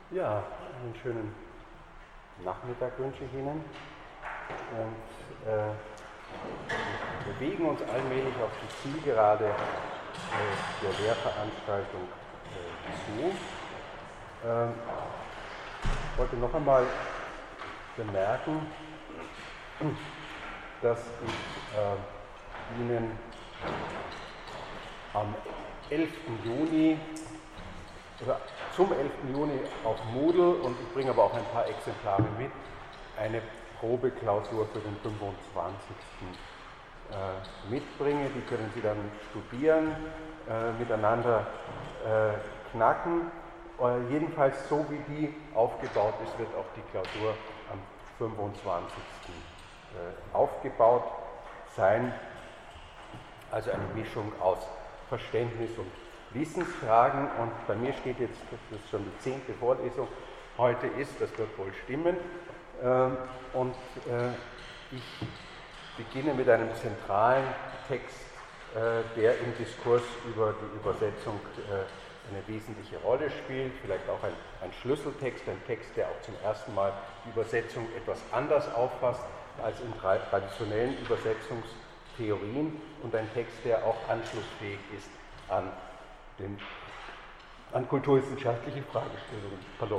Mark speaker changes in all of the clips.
Speaker 1: Ja, einen schönen Nachmittag wünsche ich Ihnen. Und wir bewegen uns allmählich auf die Zielgerade der Lehrveranstaltung zu. Ich wollte noch einmal bemerken, dass ich Ihnen am 11. Juni oder zum 11. Juni auf Moodle, und ich bringe aber auch ein paar Exemplare mit, eine Probeklausur für den 25. Mitbringe. Die können Sie dann studieren, miteinander knacken. Jedenfalls so wie die aufgebaut ist, wird auch die Klausur am 25. Aufgebaut sein. Also eine Mischung aus Verständnis und Wissensfragen, und bei mir steht jetzt, das ist schon die 10. Vorlesung heute ist, das wird wohl stimmen, und ich beginne mit einem zentralen Text, der im Diskurs über die Übersetzung eine wesentliche Rolle spielt, vielleicht auch ein Schlüsseltext, ein Text, der auch zum ersten Mal die Übersetzung etwas anders auffasst als in traditionellen Übersetzungstheorien, und ein Text, der auch anschlussfähig ist an kulturwissenschaftliche Fragestellungen. Pardon.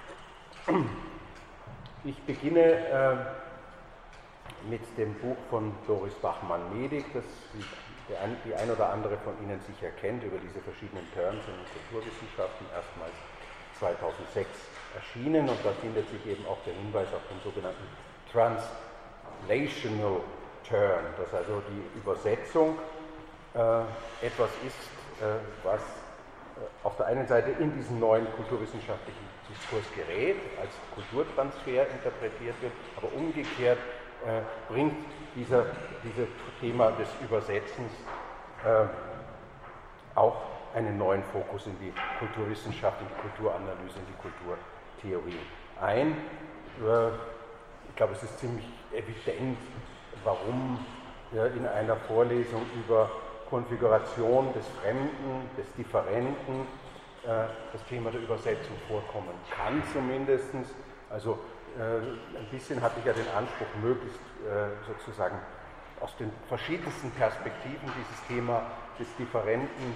Speaker 1: Ich beginne mit dem Buch von Doris Bachmann-Medig, das die ein oder andere von Ihnen sicher kennt, über diese verschiedenen Terms in den Kulturwissenschaften, erstmals 2006 erschienen, und da findet sich eben auch der Hinweis auf den sogenannten Translational Term, dass also die Übersetzung etwas ist, was auf der einen Seite in diesen neuen kulturwissenschaftlichen Diskurs gerät, als Kulturtransfer interpretiert wird, aber umgekehrt bringt dieses Thema des Übersetzens auch einen neuen Fokus in die Kulturwissenschaft, in die Kulturanalyse, in die Kulturtheorie ein. Ich glaube, es ist ziemlich evident, warum in einer Vorlesung über Konfiguration des Fremden, des Differenten, das Thema der Übersetzung vorkommen kann zumindest. Also ein bisschen hatte ich ja den Anspruch, möglichst sozusagen aus den verschiedensten Perspektiven dieses Thema des Differenten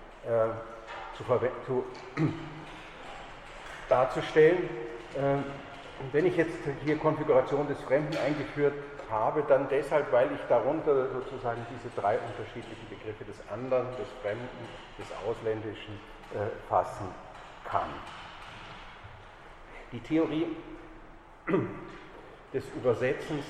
Speaker 1: darzustellen. Wenn ich jetzt hier Konfiguration des Fremden eingeführt habe, dann deshalb, weil ich darunter sozusagen diese drei unterschiedlichen Begriffe des Anderen, des Fremden, des Ausländischen fassen kann. Die Theorie des Übersetzens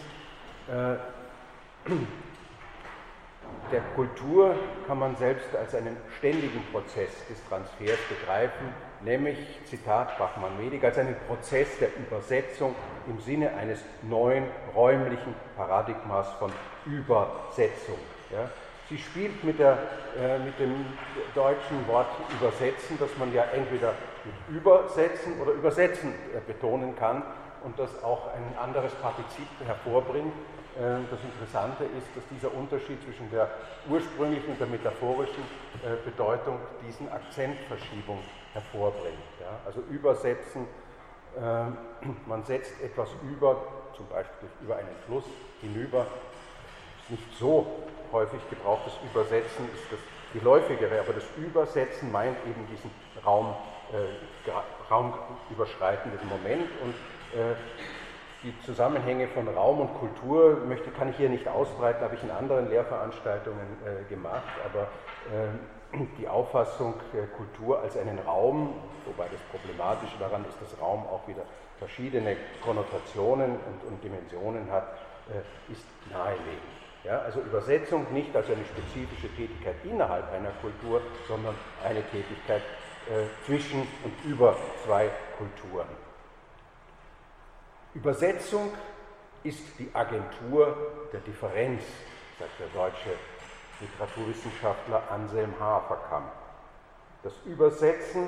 Speaker 1: der Kultur kann man selbst als einen ständigen Prozess des Transfers begreifen, nämlich, Zitat Bachmann-Medig, als einen Prozess der Übersetzung im Sinne eines neuen räumlichen Paradigmas von Übersetzung. Ja. Sie spielt mit dem deutschen Wort übersetzen, das man ja entweder mit übersetzen oder übersetzen betonen kann und das auch ein anderes Partizip hervorbringt. Das Interessante ist, dass dieser Unterschied zwischen der ursprünglichen und der metaphorischen Bedeutung diesen Akzentverschiebung hervorbringt. Ja? Also übersetzen, man setzt etwas über, zum Beispiel über einen Fluss hinüber. Nicht so häufig gebrauchtes Übersetzen ist das geläufigere, aber das Übersetzen meint eben diesen raumüberschreitenden Moment, und die Zusammenhänge von Raum und Kultur kann ich hier nicht ausbreiten, habe ich in anderen Lehrveranstaltungen gemacht, aber die Auffassung Kultur als einen Raum, wobei das Problematische daran ist, dass Raum auch wieder verschiedene Konnotationen und Dimensionen hat, ist naheliegend. Ja, also Übersetzung nicht als eine spezifische Tätigkeit innerhalb einer Kultur, sondern eine Tätigkeit zwischen und über zwei Kulturen. Übersetzung ist die Agentur der Differenz, sagt der deutsche Literaturwissenschaftler Anselm Haferkamp. Das Übersetzen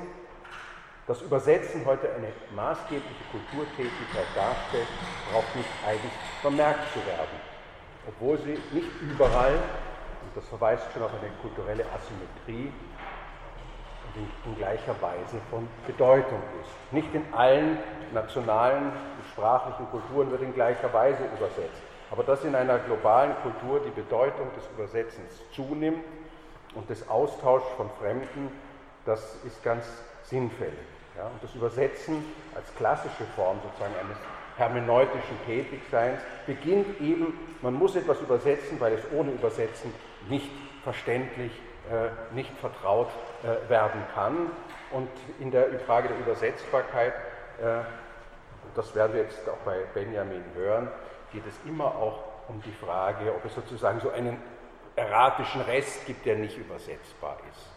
Speaker 1: heute eine maßgebliche Kulturtätigkeit darstellt, braucht nicht eilig vermerkt zu werden, obwohl sie nicht überall, und das verweist schon auf eine kulturelle Asymmetrie, und in gleicher Weise von Bedeutung ist. Nicht in allen nationalen sprachlichen Kulturen wird in gleicher Weise übersetzt. Aber dass in einer globalen Kultur die Bedeutung des Übersetzens zunimmt und des Austauschs von Fremden, das ist ganz sinnfällig. Ja? Und das Übersetzen als klassische Form sozusagen eines hermeneutischen Tätigseins beginnt eben, man muss etwas übersetzen, weil es ohne Übersetzen nicht verständlich, nicht vertraut werden kann. Und in der Frage der Übersetzbarkeit, das werden wir jetzt auch bei Benjamin hören, geht es immer auch um die Frage, ob es sozusagen so einen erratischen Rest gibt, der nicht übersetzbar ist.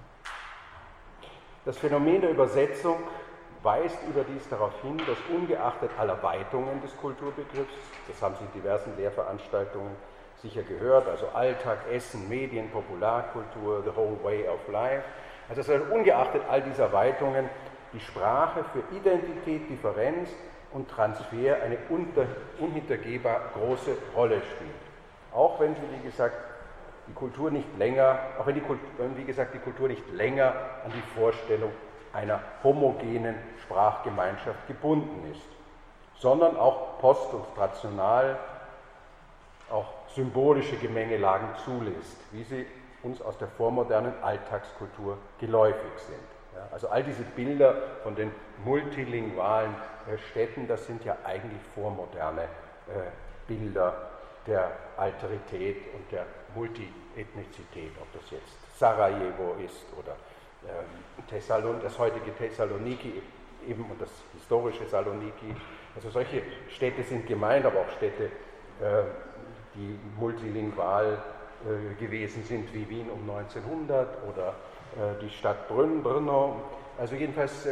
Speaker 1: Das Phänomen der Übersetzung weist überdies darauf hin, dass ungeachtet aller Weitungen des Kulturbegriffs, das haben Sie in diversen Lehrveranstaltungen sicher gehört, also Alltag, Essen, Medien, Popularkultur, the whole way of life, also ungeachtet all dieser Weitungen die Sprache für Identität, Differenz und Transfer eine unhintergehbar große Rolle spielt. Auch wenn sie, wie gesagt, die Kultur nicht länger, auch wenn wie gesagt, die Kultur nicht länger an die Vorstellung einer homogenen Sprachgemeinschaft gebunden ist, sondern auch post- und trational auch symbolische Gemengelagen zulässt, wie sie uns aus der vormodernen Alltagskultur geläufig sind. Ja, also all diese Bilder von den multilingualen Städten, das sind ja eigentlich vormoderne Bilder der Alterität und der Multiethnizität, ob das jetzt Sarajevo ist oder das heutige Thessaloniki eben und das historische Saloniki. Also solche Städte sind gemeint, aber auch Städte, die multilingual gewesen sind, wie Wien um 1900 oder die Stadt Brno. Also jedenfalls,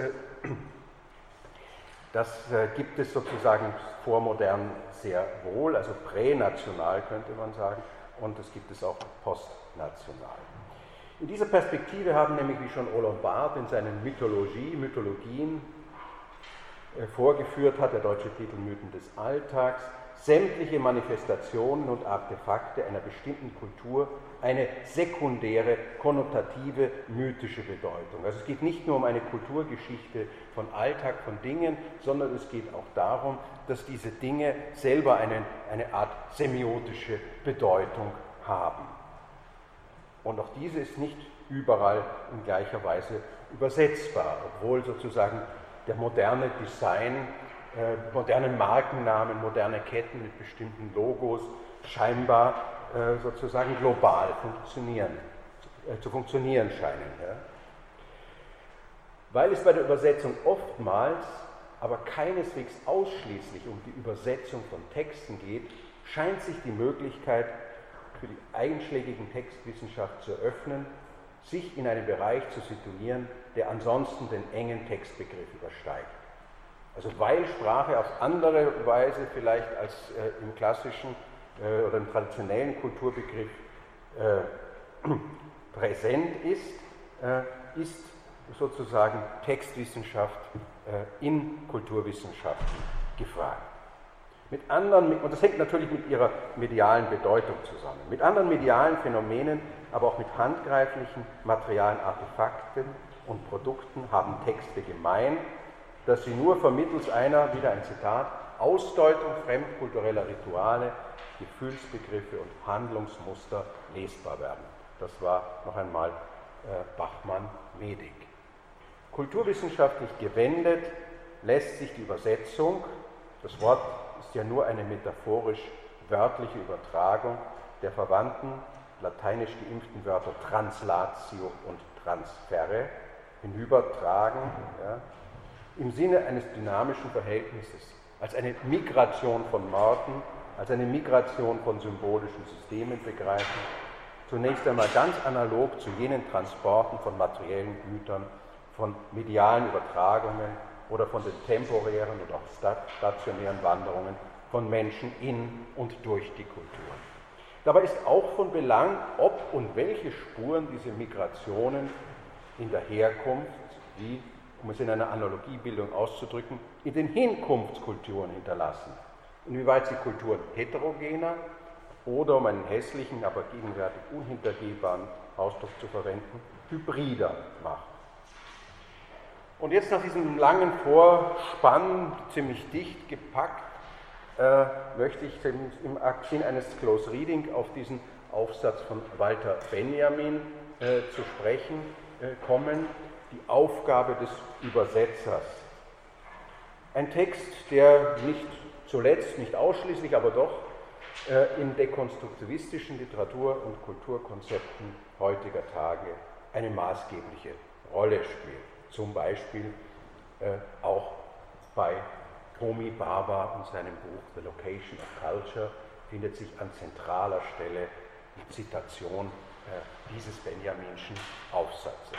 Speaker 1: das gibt es sozusagen vormodern sehr wohl, also pränational könnte man sagen, und das gibt es auch postnational. In dieser Perspektive haben nämlich, wie schon Roland Barthes in seinen Mythologien vorgeführt hat, der deutsche Titel Mythen des Alltags, sämtliche Manifestationen und Artefakte einer bestimmten Kultur eine sekundäre, konnotative, mythische Bedeutung. Also es geht nicht nur um eine Kulturgeschichte von Alltag, von Dingen, sondern es geht auch darum, dass diese Dinge selber eine Art semiotische Bedeutung haben. Und auch diese ist nicht überall in gleicher Weise übersetzbar, obwohl sozusagen der moderne Design, moderne Markennamen, moderne Ketten mit bestimmten Logos scheinbar sozusagen global zu funktionieren scheinen. Ja. Weil es bei der Übersetzung oftmals, aber keineswegs ausschließlich um die Übersetzung von Texten geht, scheint sich die Möglichkeit für die einschlägigen Textwissenschaft zu eröffnen, sich in einem Bereich zu situieren, der ansonsten den engen Textbegriff übersteigt. Also weil Sprache auf andere Weise vielleicht als im klassischen oder im traditionellen Kulturbegriff präsent ist, ist sozusagen Textwissenschaft in Kulturwissenschaften gefragt. Und das hängt natürlich mit ihrer medialen Bedeutung zusammen. Mit anderen medialen Phänomenen, aber auch mit handgreiflichen materialen Artefakten und Produkten haben Texte gemein, dass sie nur vermittels einer, wieder ein Zitat, Ausdeutung fremdkultureller Rituale, Gefühlsbegriffe und Handlungsmuster lesbar werden. Das war noch einmal Bachmann-Medig. Kulturwissenschaftlich gewendet lässt sich die Übersetzung, das Wort ist ja nur eine metaphorisch-wörtliche Übertragung der verwandten lateinisch geimpften Wörter translatio und transferre, hinübertragen, ja, im Sinne eines dynamischen Verhältnisses, als eine Migration von Worten, als eine Migration von symbolischen Systemen begreifen, zunächst einmal ganz analog zu jenen Transporten von materiellen Gütern, von medialen Übertragungen oder von den temporären oder auch stationären Wanderungen von Menschen in und durch die Kultur. Dabei ist auch von Belang, ob und welche Spuren diese Migrationen in der Herkunft, wie, um es in einer Analogiebildung auszudrücken, in den Hinkunftskulturen hinterlassen. Inwieweit sie Kulturen heterogener oder, um einen hässlichen, aber gegenwärtig unhintergehbaren Ausdruck zu verwenden, hybrider machen. Und jetzt nach diesem langen Vorspann, ziemlich dicht gepackt, möchte ich im Sinn eines Close Reading auf diesen Aufsatz von Walter Benjamin zu sprechen kommen, die Aufgabe des Übersetzers. Ein Text, der nicht zuletzt, nicht ausschließlich, aber doch in dekonstruktivistischen Literatur- und Kulturkonzepten heutiger Tage eine maßgebliche Rolle spielt. Zum Beispiel auch bei Homi Bhabha und seinem Buch The Location of Culture findet sich an zentraler Stelle die Zitation dieses Benjaminschen Aufsatzes.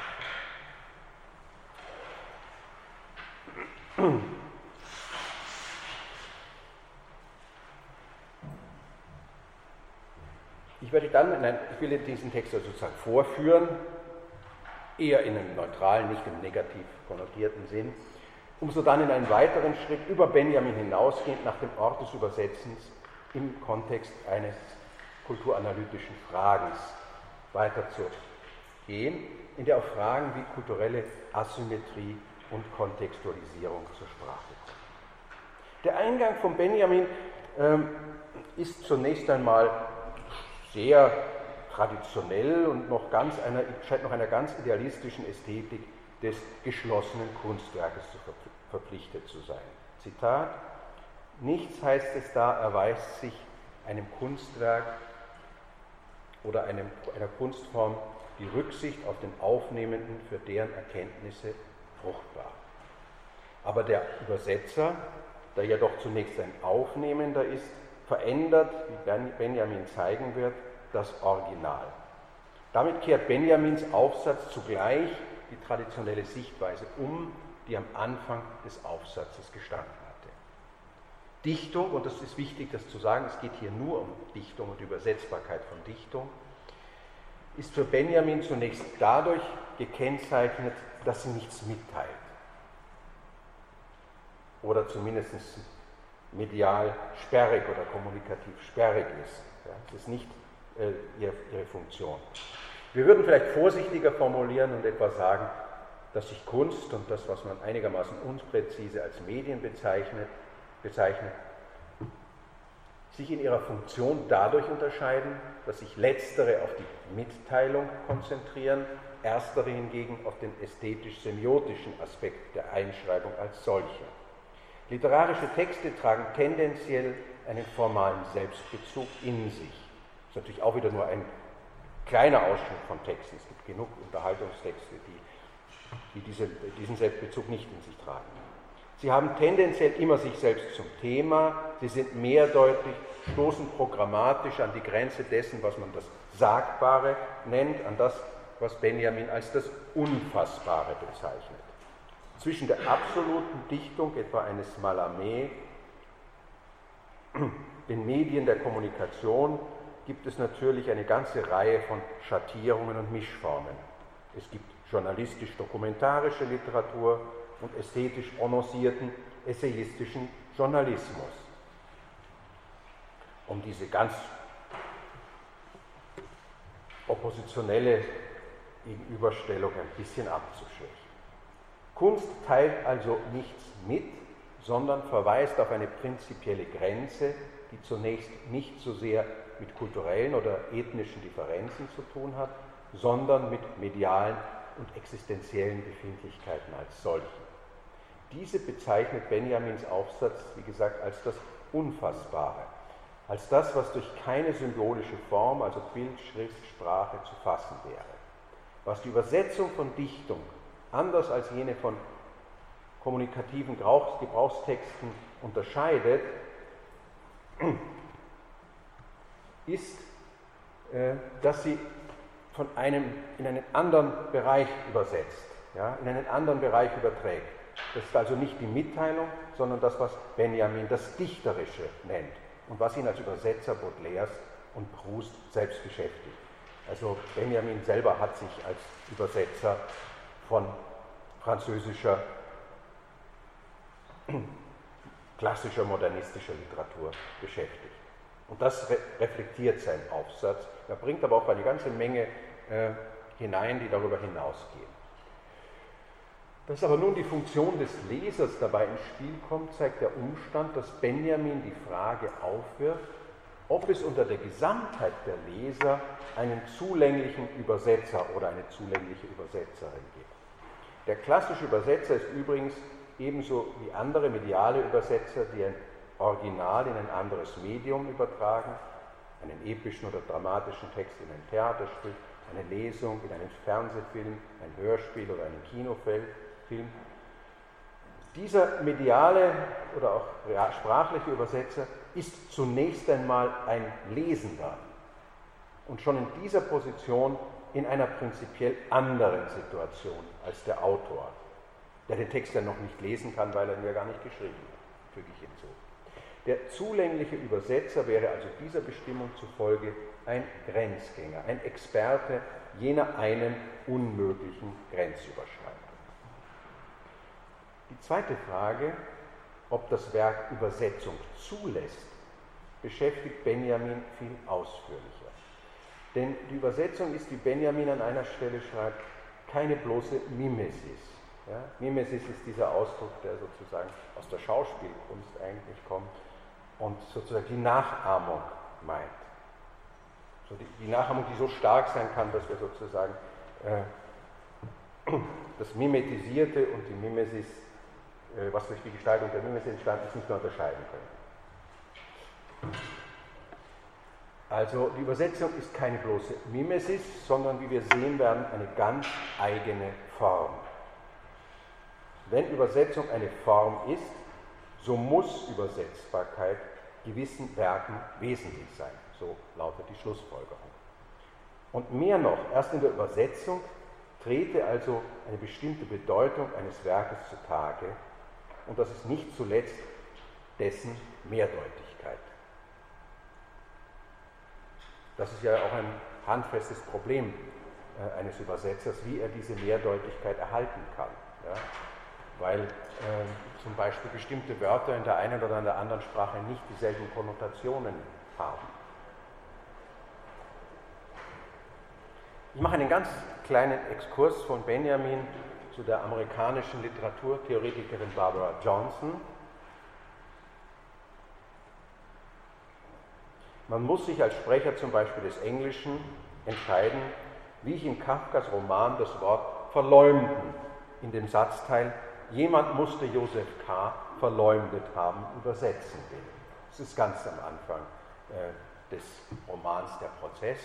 Speaker 1: Ich will diesen Text also sozusagen vorführen, eher in einem neutralen, nicht im negativ konnotierten Sinn, um so dann in einen weiteren Schritt über Benjamin hinausgehend nach dem Ort des Übersetzens im Kontext eines kulturanalytischen Fragens weiterzugehen, in der auf Fragen wie kulturelle Asymmetrie und Kontextualisierung zur Sprache kommen. Der Eingang von Benjamin ist zunächst einmal sehr traditionell und scheint noch einer ganz idealistischen Ästhetik des geschlossenen Kunstwerkes verpflichtet zu sein. Zitat: Nichts, heißt es da, erweist sich einem Kunstwerk oder einer Kunstform die Rücksicht auf den Aufnehmenden für deren Erkenntnisse fruchtbar. Aber der Übersetzer, der ja doch zunächst ein Aufnehmender ist, verändert, wie Benjamin zeigen wird, das Original. Damit kehrt Benjamins Aufsatz zugleich die traditionelle Sichtweise um, die am Anfang des Aufsatzes gestanden hatte. Dichtung, und das ist wichtig, das zu sagen, es geht hier nur um Dichtung und Übersetzbarkeit von Dichtung, ist für Benjamin zunächst dadurch gekennzeichnet, dass sie nichts mitteilt. Oder zumindest medial sperrig oder kommunikativ sperrig ist. Ja, es ist nicht ihre Funktion. Wir würden vielleicht vorsichtiger formulieren und etwa sagen, dass sich Kunst und das, was man einigermaßen unpräzise als Medien bezeichnet, sich in ihrer Funktion dadurch unterscheiden, dass sich letztere auf die Mitteilung konzentrieren, erstere hingegen auf den ästhetisch-semiotischen Aspekt der Einschreibung als solche. Literarische Texte tragen tendenziell einen formalen Selbstbezug in sich. Das ist natürlich auch wieder nur ein kleiner Ausschnitt von Texten. Es gibt genug Unterhaltungstexte, die diesen Selbstbezug nicht in sich tragen. Sie haben tendenziell immer sich selbst zum Thema, sie sind mehrdeutig, stoßen programmatisch an die Grenze dessen, was man das Sagbare nennt, an das, was Benjamin als das Unfassbare bezeichnet. Zwischen der absoluten Dichtung, etwa eines Mallarmé, den Medien der Kommunikation, gibt es natürlich eine ganze Reihe von Schattierungen und Mischformen. Es gibt journalistisch-dokumentarische Literatur und ästhetisch prononcierten essayistischen Journalismus. Um diese ganz oppositionelle Gegenüberstellung ein bisschen abzuschwächen. Kunst teilt also nichts mit, sondern verweist auf eine prinzipielle Grenze, die zunächst nicht so sehr mit kulturellen oder ethnischen Differenzen zu tun hat, sondern mit medialen und existenziellen Befindlichkeiten als solchen. Diese bezeichnet Benjamins Aufsatz, wie gesagt, als das Unfassbare, als das, was durch keine symbolische Form, also Bild, Schrift, Sprache, zu fassen wäre. Was die Übersetzung von Dichtung, anders als jene von kommunikativen Gebrauchstexten, unterscheidet, ist, dass sie in einen anderen Bereich übersetzt, ja, in einen anderen Bereich überträgt. Das ist also nicht die Mitteilung, sondern das, was Benjamin das Dichterische nennt und was ihn als Übersetzer Baudelaires und Proust selbst beschäftigt. Also Benjamin selber hat sich als Übersetzer von französischer, klassischer, modernistischer Literatur beschäftigt. Und das reflektiert sein Aufsatz. Er bringt aber auch eine ganze Menge hinein, die darüber hinausgehen. Dass aber nun die Funktion des Lesers dabei ins Spiel kommt, zeigt der Umstand, dass Benjamin die Frage aufwirft, ob es unter der Gesamtheit der Leser einen zulänglichen Übersetzer oder eine zulängliche Übersetzerin gibt. Der klassische Übersetzer ist übrigens ebenso wie andere mediale Übersetzer, die ein Original in ein anderes Medium übertragen, einen epischen oder dramatischen Text in ein Theaterstück, eine Lesung in einen Fernsehfilm, ein Hörspiel oder einen Kinofilm. Dieser mediale oder auch sprachliche Übersetzer ist zunächst einmal ein Lesender und schon in dieser Position in einer prinzipiell anderen Situation als der Autor, der den Text ja noch nicht lesen kann, weil er ihn ja gar nicht geschrieben hat, füge ich hinzu. Der zulängliche Übersetzer wäre also dieser Bestimmung zufolge ein Grenzgänger, ein Experte jener einen unmöglichen Grenzüberschreitung. Die zweite Frage, ob das Werk Übersetzung zulässt, beschäftigt Benjamin viel ausführlicher. Denn die Übersetzung ist, wie Benjamin an einer Stelle schreibt, keine bloße Mimesis. Ja? Mimesis ist dieser Ausdruck, der sozusagen aus der Schauspielkunst eigentlich kommt und sozusagen die Nachahmung meint. So die Nachahmung, die so stark sein kann, dass wir sozusagen das Mimetisierte und die Mimesis, was durch die Gestaltung der Mimesis entstanden ist, nicht mehr unterscheiden können. Also die Übersetzung ist keine bloße Mimesis, sondern wie wir sehen werden, eine ganz eigene Form. Wenn Übersetzung eine Form ist, so muss Übersetzbarkeit gewissen Werken wesentlich sein. So lautet die Schlussfolgerung. Und mehr noch, erst in der Übersetzung trete also eine bestimmte Bedeutung eines Werkes zutage, und das ist nicht zuletzt dessen Mehrdeutigkeit. Das ist ja auch ein handfestes Problem eines Übersetzers, wie er diese Mehrdeutigkeit erhalten kann. Ja? Weil zum Beispiel bestimmte Wörter in der einen oder in der anderen Sprache nicht dieselben Konnotationen haben. Ich mache einen ganz kleinen Exkurs von Benjamin zu der amerikanischen Literaturtheoretikerin Barbara Johnson. Man muss sich als Sprecher zum Beispiel des Englischen entscheiden, wie ich in Kafkas Roman das Wort verleumden in dem Satzteil "Jemand musste Joseph K. verleumdet haben" übersetzen will. Das ist ganz am Anfang des Romans Der Prozess.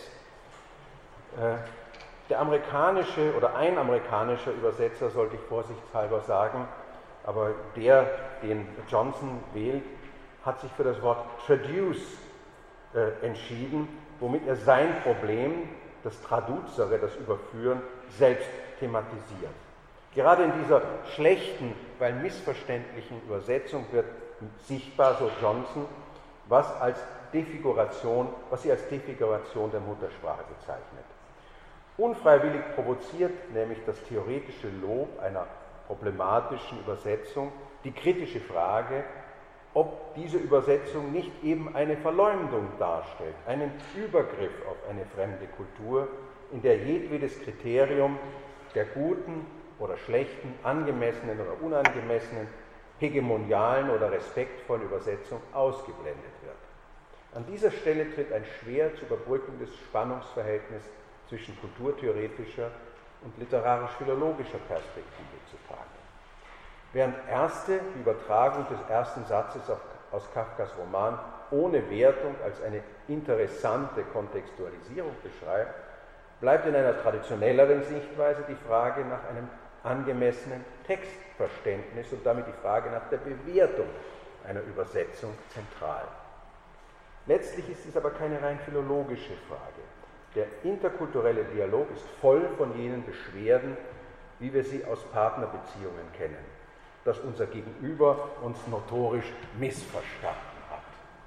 Speaker 1: Der amerikanische oder ein amerikanischer Übersetzer, sollte ich vorsichtshalber sagen, aber der, den Johnson wählt, hat sich für das Wort traduce entschieden, womit er sein Problem, das Traduzere, das Überführen, selbst thematisiert. Gerade in dieser schlechten, weil missverständlichen Übersetzung wird sichtbar, so Johnson, was sie als Defiguration der Muttersprache bezeichnet. Unfreiwillig provoziert nämlich das theoretische Lob einer problematischen Übersetzung die kritische Frage, ob diese Übersetzung nicht eben eine Verleumdung darstellt, einen Übergriff auf eine fremde Kultur, in der jedwedes Kriterium der guten oder schlechten, angemessenen oder unangemessenen, hegemonialen oder respektvollen Übersetzung ausgeblendet wird. An dieser Stelle tritt ein schwer zu überbrückendes Spannungsverhältnis zwischen kulturtheoretischer und literarisch-philologischer Perspektive zutage. Während erste die Übertragung des ersten Satzes aus Kafkas Roman ohne Wertung als eine interessante Kontextualisierung beschreibt, bleibt in einer traditionelleren Sichtweise die Frage nach einem angemessenen Textverständnis und damit die Frage nach der Bewertung einer Übersetzung zentral. Letztlich ist es aber keine rein philologische Frage. Der interkulturelle Dialog ist voll von jenen Beschwerden, wie wir sie aus Partnerbeziehungen kennen, dass unser Gegenüber uns notorisch missverstanden hat.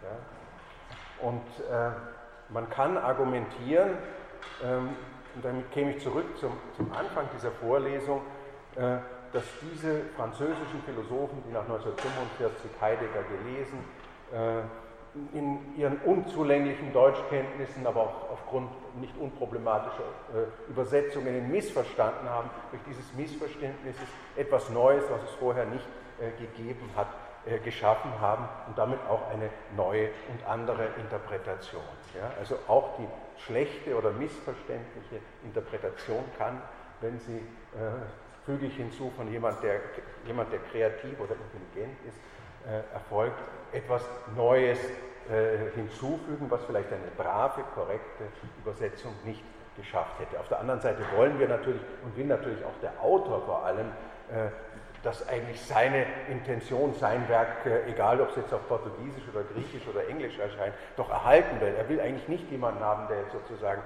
Speaker 1: Ja? Und man kann argumentieren, und damit käme ich zurück zum Anfang dieser Vorlesung, dass diese französischen Philosophen, die nach 1945 Heidegger gelesen, in ihren unzulänglichen Deutschkenntnissen, aber auch aufgrund nicht unproblematischer Übersetzungen missverstanden haben, durch dieses Missverständnis etwas Neues, was es vorher nicht gegeben hat, geschaffen haben und damit auch eine neue und andere Interpretation. Ja? Also auch die schlechte oder missverständliche Interpretation kann, wenn sie, füge ich hinzu, von jemand, der kreativ oder intelligent ist, erfolgt, etwas Neues hinzufügen, was vielleicht eine brave, korrekte Übersetzung nicht geschafft hätte. Auf der anderen Seite wollen wir natürlich und will natürlich auch der Autor vor allem, dass eigentlich seine Intention, sein Werk, egal ob es jetzt auf Portugiesisch oder Griechisch oder Englisch erscheint, doch erhalten wird. Er will eigentlich nicht jemanden haben, der jetzt sozusagen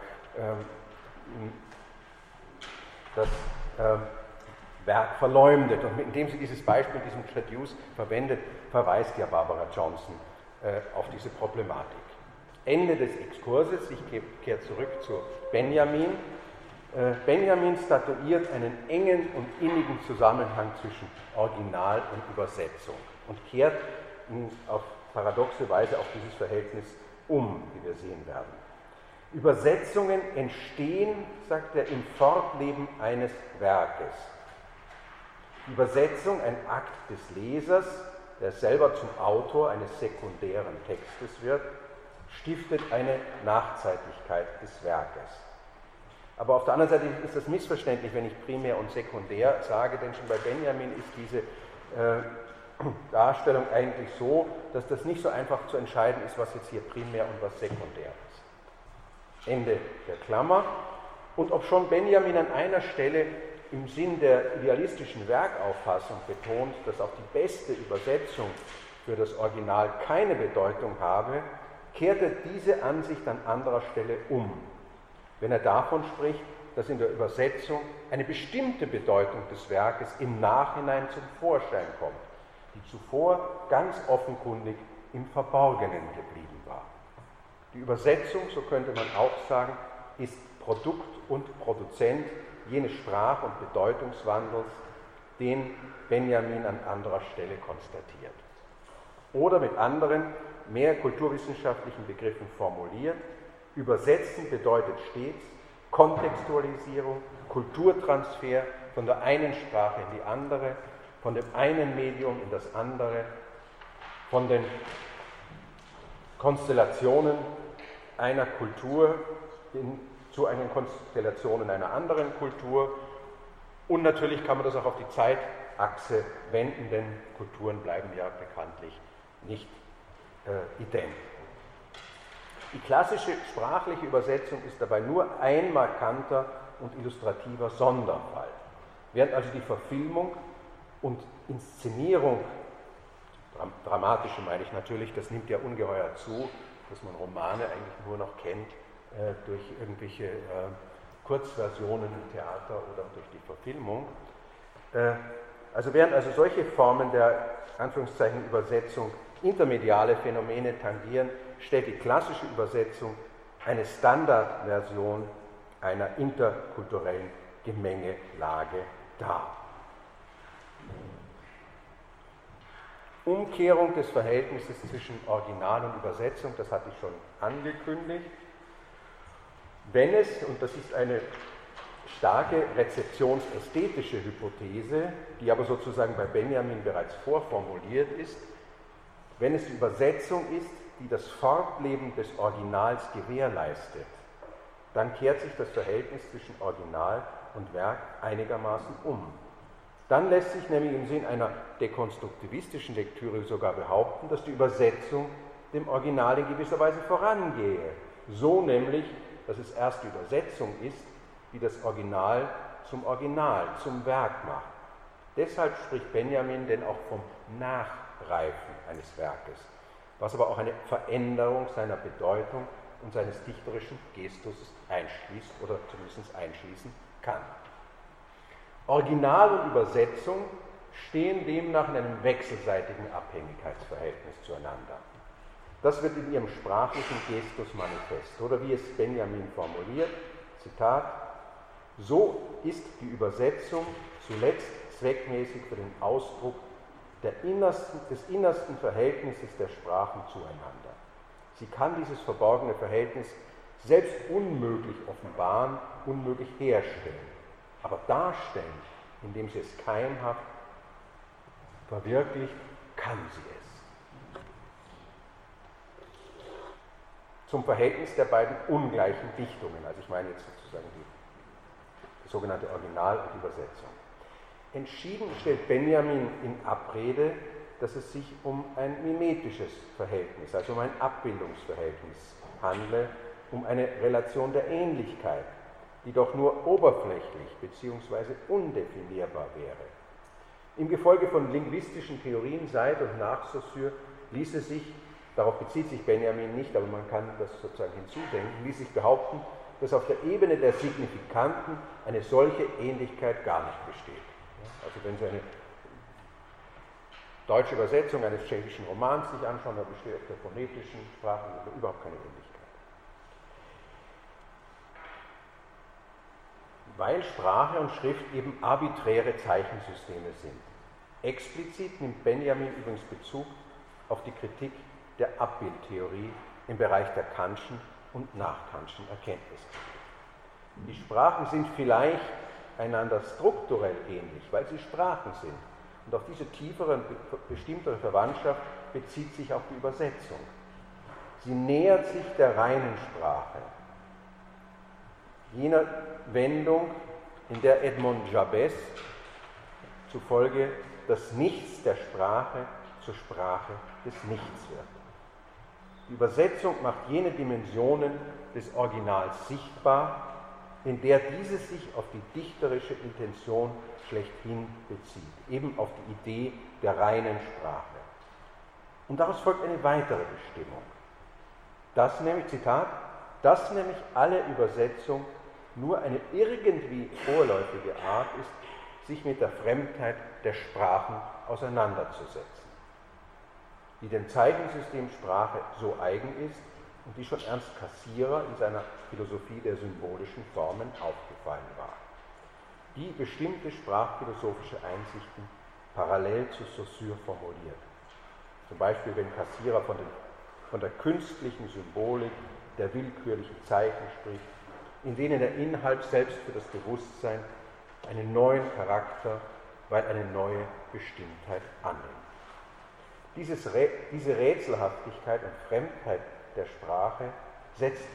Speaker 1: das Werk verleumdet. Und indem sie dieses Beispiel, diesem Traduce verwendet, verweist ja Barbara Johnson auf diese Problematik. Ende des Exkurses, ich kehre zurück zu Benjamin. Benjamin statuiert einen engen und innigen Zusammenhang zwischen Original und Übersetzung und kehrt auf paradoxe Weise auch dieses Verhältnis um, wie wir sehen werden. Übersetzungen entstehen, sagt er, im Fortleben eines Werkes. Die Übersetzung, ein Akt des Lesers, der selber zum Autor eines sekundären Textes wird, stiftet eine Nachzeitlichkeit des Werkes. Aber auf der anderen Seite ist das missverständlich, wenn ich primär und sekundär sage, denn schon bei Benjamin ist diese Darstellung eigentlich so, dass das nicht so einfach zu entscheiden ist, was jetzt hier primär und was sekundär ist. Ende der Klammer. Und ob schon Benjamin an einer Stelle im Sinn der idealistischen Werkauffassung betont, dass auch die beste Übersetzung für das Original keine Bedeutung habe, kehrt er diese Ansicht an anderer Stelle um, wenn er davon spricht, dass in der Übersetzung eine bestimmte Bedeutung des Werkes im Nachhinein zum Vorschein kommt, die zuvor ganz offenkundig im Verborgenen geblieben war. Die Übersetzung, so könnte man auch sagen, ist Produkt und Produzent jenes Sprach- und Bedeutungswandels, den Benjamin an anderer Stelle konstatiert. Oder mit anderen, mehr kulturwissenschaftlichen Begriffen formuliert, Übersetzen bedeutet stets Kontextualisierung, Kulturtransfer von der einen Sprache in die andere, von dem einen Medium in das andere, von den Konstellationen einer Kultur zu einen Konstellationen einer anderen Kultur. Und natürlich kann man das auch auf die Zeitachse wenden, denn Kulturen bleiben ja bekanntlich nicht ident. Die klassische sprachliche Übersetzung ist dabei nur ein markanter und illustrativer Sonderfall. Während also die Verfilmung und Inszenierung, dramatische meine ich natürlich, das nimmt ja ungeheuer zu, dass man Romane eigentlich nur noch kennt durch irgendwelche Kurzversionen im Theater oder durch die Verfilmung. Also während also solche Formen der Anführungszeichen Übersetzung intermediale Phänomene tangieren, stellt die klassische Übersetzung eine Standardversion einer interkulturellen Gemengelage dar. Umkehrung des Verhältnisses zwischen Original und Übersetzung, das hatte ich schon angekündigt. Wenn es, und das ist eine starke rezeptionsästhetische Hypothese, die aber sozusagen bei Benjamin bereits vorformuliert ist, wenn es die Übersetzung ist, die das Fortleben des Originals gewährleistet, dann kehrt sich das Verhältnis zwischen Original und Werk einigermaßen um. Dann lässt sich nämlich im Sinn einer dekonstruktivistischen Lektüre sogar behaupten, dass die Übersetzung dem Original in gewisser Weise vorangehe. So nämlich, dass es erst die Übersetzung ist, die das Original, zum Werk macht. Deshalb spricht Benjamin denn auch vom Nachreifen eines Werkes, was aber auch eine Veränderung seiner Bedeutung und seines dichterischen Gestus einschließt oder zumindest einschließen kann. Original und Übersetzung stehen demnach in einem wechselseitigen Abhängigkeitsverhältnis zueinander. Das wird in ihrem sprachlichen Gestus manifest. Oder wie es Benjamin formuliert, Zitat, so ist die Übersetzung zuletzt zweckmäßig für den Ausdruck des innersten Verhältnisses der Sprachen zueinander. Sie kann dieses verborgene Verhältnis selbst unmöglich offenbaren, unmöglich herstellen, aber darstellen, indem sie es keimhaft verwirklicht, kann sie es. Zum Verhältnis der beiden ungleichen Dichtungen, also ich meine jetzt sozusagen die sogenannte Original- und Übersetzung. Entschieden stellt Benjamin in Abrede, dass es sich um ein mimetisches Verhältnis, also um ein Abbildungsverhältnis handle, um eine Relation der Ähnlichkeit, die doch nur oberflächlich bzw. undefinierbar wäre. Im Gefolge von linguistischen Theorien seit und nach Saussure ließe sich, darauf bezieht sich Benjamin nicht, aber man kann das sozusagen hinzudenken, ließ sich behaupten, dass auf der Ebene der Signifikanten eine solche Ähnlichkeit gar nicht besteht. Also wenn Sie eine deutsche Übersetzung eines tschechischen Romans sich anschauen, dann besteht auf der phonetischen Sprache überhaupt keine Ähnlichkeit. Weil Sprache und Schrift eben arbiträre Zeichensysteme sind. Explizit nimmt Benjamin übrigens Bezug auf die Kritik der Abbildtheorie im Bereich der Kantschen und Nach-Kantschen Erkenntniskritik. Die Sprachen sind vielleicht einander strukturell ähnlich, weil sie Sprachen sind. Und auf diese tiefere und bestimmtere Verwandtschaft bezieht sich auch die Übersetzung. Sie nähert sich der reinen Sprache, jener Wendung, in der Edmond Jabès zufolge das Nichts der Sprache zur Sprache des Nichts wird. Die Übersetzung macht jene Dimensionen des Originals sichtbar, in der dieses sich auf die dichterische Intention schlechthin bezieht, eben auf die Idee der reinen Sprache. Und daraus folgt eine weitere Bestimmung. Das nämlich, Zitat, dass nämlich alle Übersetzung nur eine irgendwie vorläufige Art ist, sich mit der Fremdheit der Sprachen auseinanderzusetzen, die dem Zeichensystem Sprache so eigen ist und die schon Ernst Cassirer in seiner Philosophie der symbolischen Formen aufgefallen war, die bestimmte sprachphilosophische Einsichten parallel zu Saussure formuliert. Zum Beispiel, wenn Cassirer von der künstlichen Symbolik, der willkürlichen Zeichen spricht, in denen der Inhalt selbst für das Bewusstsein einen neuen Charakter, weil eine neue Bestimmtheit annimmt. Diese Rätselhaftigkeit und Fremdheit der Sprache setzt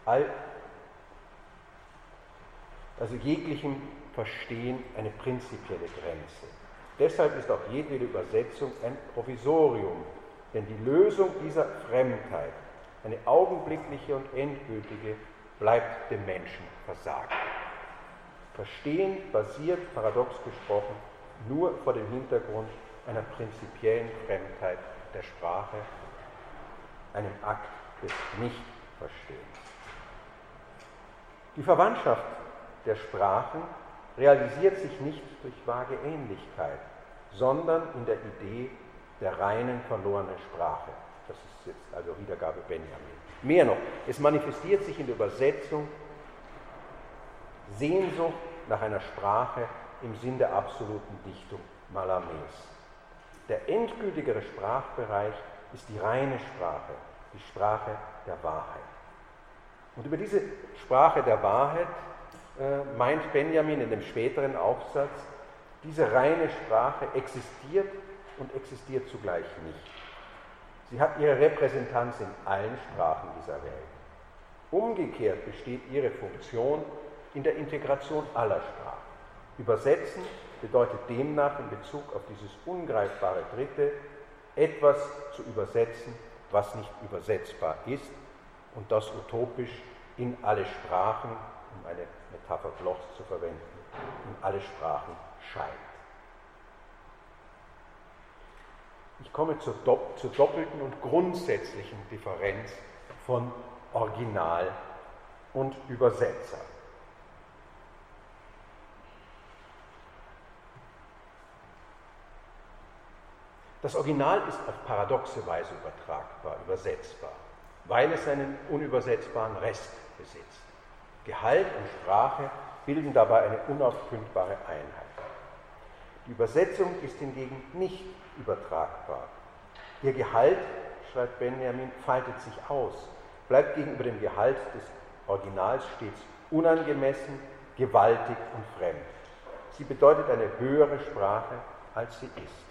Speaker 1: also jeglichem Verstehen eine prinzipielle Grenze. Deshalb ist auch jedwede Übersetzung ein Provisorium, denn die Lösung dieser Fremdheit, eine augenblickliche und endgültige, bleibt dem Menschen versagt. Verstehen basiert, paradox gesprochen, nur vor dem Hintergrund einer prinzipiellen Fremdheit der Sprache, einem Akt des Nichtverstehens. Die Verwandtschaft der Sprachen realisiert sich nicht durch vage Ähnlichkeit, sondern in der Idee der reinen verlorenen Sprache. Das ist jetzt also Wiedergabe Benjamin. Mehr noch, es manifestiert sich in der Übersetzung Sehnsucht nach einer Sprache im Sinn der absoluten Dichtung Mallarmés. Der endgültigere Sprachbereich ist die reine Sprache, die Sprache der Wahrheit. Und über diese Sprache der Wahrheit meint Benjamin in dem späteren Aufsatz, diese reine Sprache existiert und existiert zugleich nicht. Sie hat ihre Repräsentanz in allen Sprachen dieser Welt. Umgekehrt besteht ihre Funktion in der Integration aller Sprachen. Übersetzen bedeutet demnach in Bezug auf dieses ungreifbare Dritte, etwas zu übersetzen, was nicht übersetzbar ist und das utopisch in alle Sprachen, um eine Metapher Blochs zu verwenden, in alle Sprachen scheint. Ich komme zur doppelten und grundsätzlichen Differenz von Original und Übersetzer. Das Original ist auf paradoxe Weise übertragbar, übersetzbar, weil es einen unübersetzbaren Rest besitzt. Gehalt und Sprache bilden dabei eine unaufkündbare Einheit. Die Übersetzung ist hingegen nicht übertragbar. Ihr Gehalt, schreibt Benjamin, faltet sich aus, bleibt gegenüber dem Gehalt des Originals stets unangemessen, gewaltig und fremd. Sie bedeutet eine höhere Sprache, als sie ist.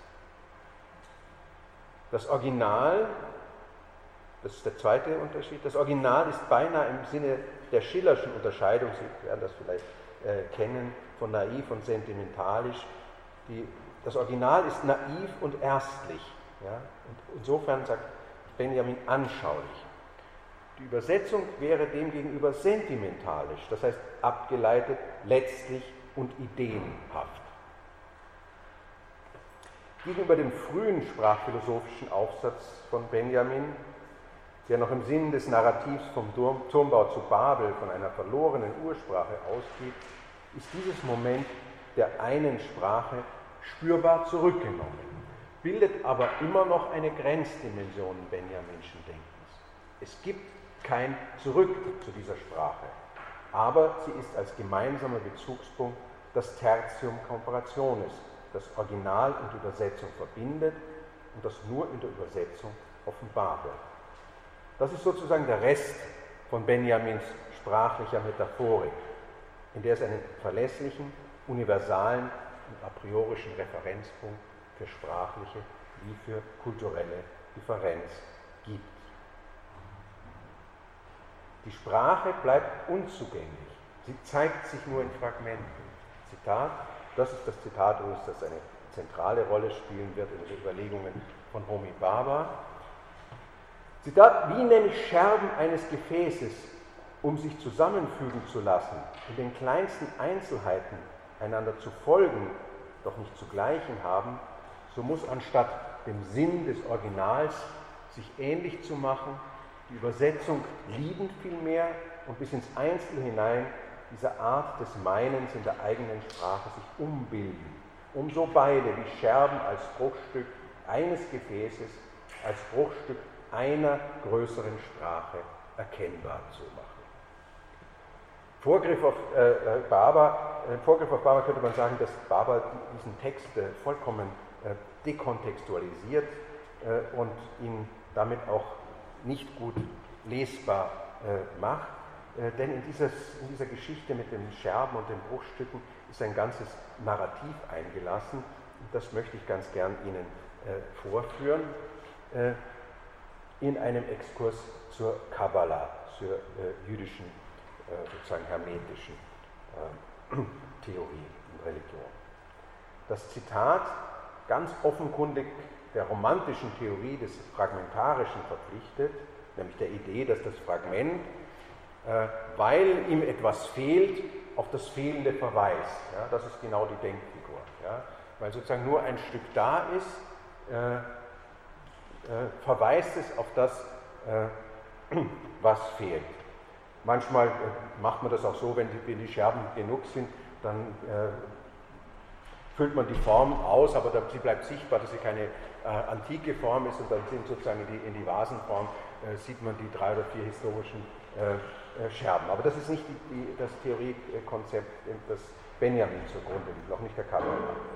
Speaker 1: Das Original, das ist der zweite Unterschied, das Original ist beinahe im Sinne der Schillerschen Unterscheidung, Sie werden das vielleicht kennen, von naiv und sentimentalisch. Das Original ist naiv und erstlich. Ja? Und insofern sagt Benjamin anschaulich. Die Übersetzung wäre demgegenüber sentimentalisch, das heißt abgeleitet, letztlich und ideenhaft. Gegenüber dem frühen sprachphilosophischen Aufsatz von Benjamin, der noch im Sinn des Narrativs vom Turmbau zu Babel von einer verlorenen Ursprache ausgeht, ist dieses Moment der einen Sprache spürbar zurückgenommen, bildet aber immer noch eine Grenzdimension Benjaminschen Denkens. Es gibt kein Zurück zu dieser Sprache, aber sie ist als gemeinsamer Bezugspunkt das Tertium Comparationis, das Original und Übersetzung verbindet und das nur in der Übersetzung offenbar wird. Das ist sozusagen der Rest von Benjamins sprachlicher Metaphorik, in der es einen verlässlichen, universalen und a priorischen Referenzpunkt für sprachliche wie für kulturelle Differenz gibt. Die Sprache bleibt unzugänglich, sie zeigt sich nur in Fragmenten. Zitat, das ist das Zitat, das eine zentrale Rolle spielen wird in den Überlegungen von Homi Bhabha. Zitat, wie nämlich Scherben eines Gefäßes, um sich zusammenfügen zu lassen, in den kleinsten Einzelheiten einander zu folgen, doch nicht zu gleichen haben, so muss anstatt dem Sinn des Originals, sich ähnlich zu machen, die Übersetzung liebend vielmehr und bis ins Einzelne hinein diese Art des Meinens in der eigenen Sprache sich umbilden, um so beide wie Scherben als Bruchstück eines Gefäßes, als Bruchstück einer größeren Sprache erkennbar zu machen. Vorgriff auf Bhabha könnte man sagen, dass Bhabha diesen Text vollkommen dekontextualisiert und ihn damit auch nicht gut lesbar macht. Denn in dieser Geschichte mit den Scherben und den Bruchstücken ist ein ganzes Narrativ eingelassen. Und das möchte ich ganz gern Ihnen vorführen in einem Exkurs zur Kabbala, zur jüdischen, sozusagen hermetischen Theorie und Religion. Das Zitat, ganz offenkundig der romantischen Theorie des Fragmentarischen verpflichtet, nämlich der Idee, dass das Fragment, weil ihm etwas fehlt, auf das Fehlende verweist. Ja, das ist genau die Denkfigur. Ja, weil sozusagen nur ein Stück da ist, verweist es auf das, was fehlt. Manchmal macht man das auch so, wenn die Scherben genug sind, dann füllt man die Form aus, aber sie bleibt sichtbar, dass sie keine antike Form ist, und dann sind sozusagen in die Vasenform sieht man die 3 oder 4 historischen Scherben. Aber das ist nicht das Theoriekonzept, das Benjamin zugrunde liegt, noch nicht der Kabbala.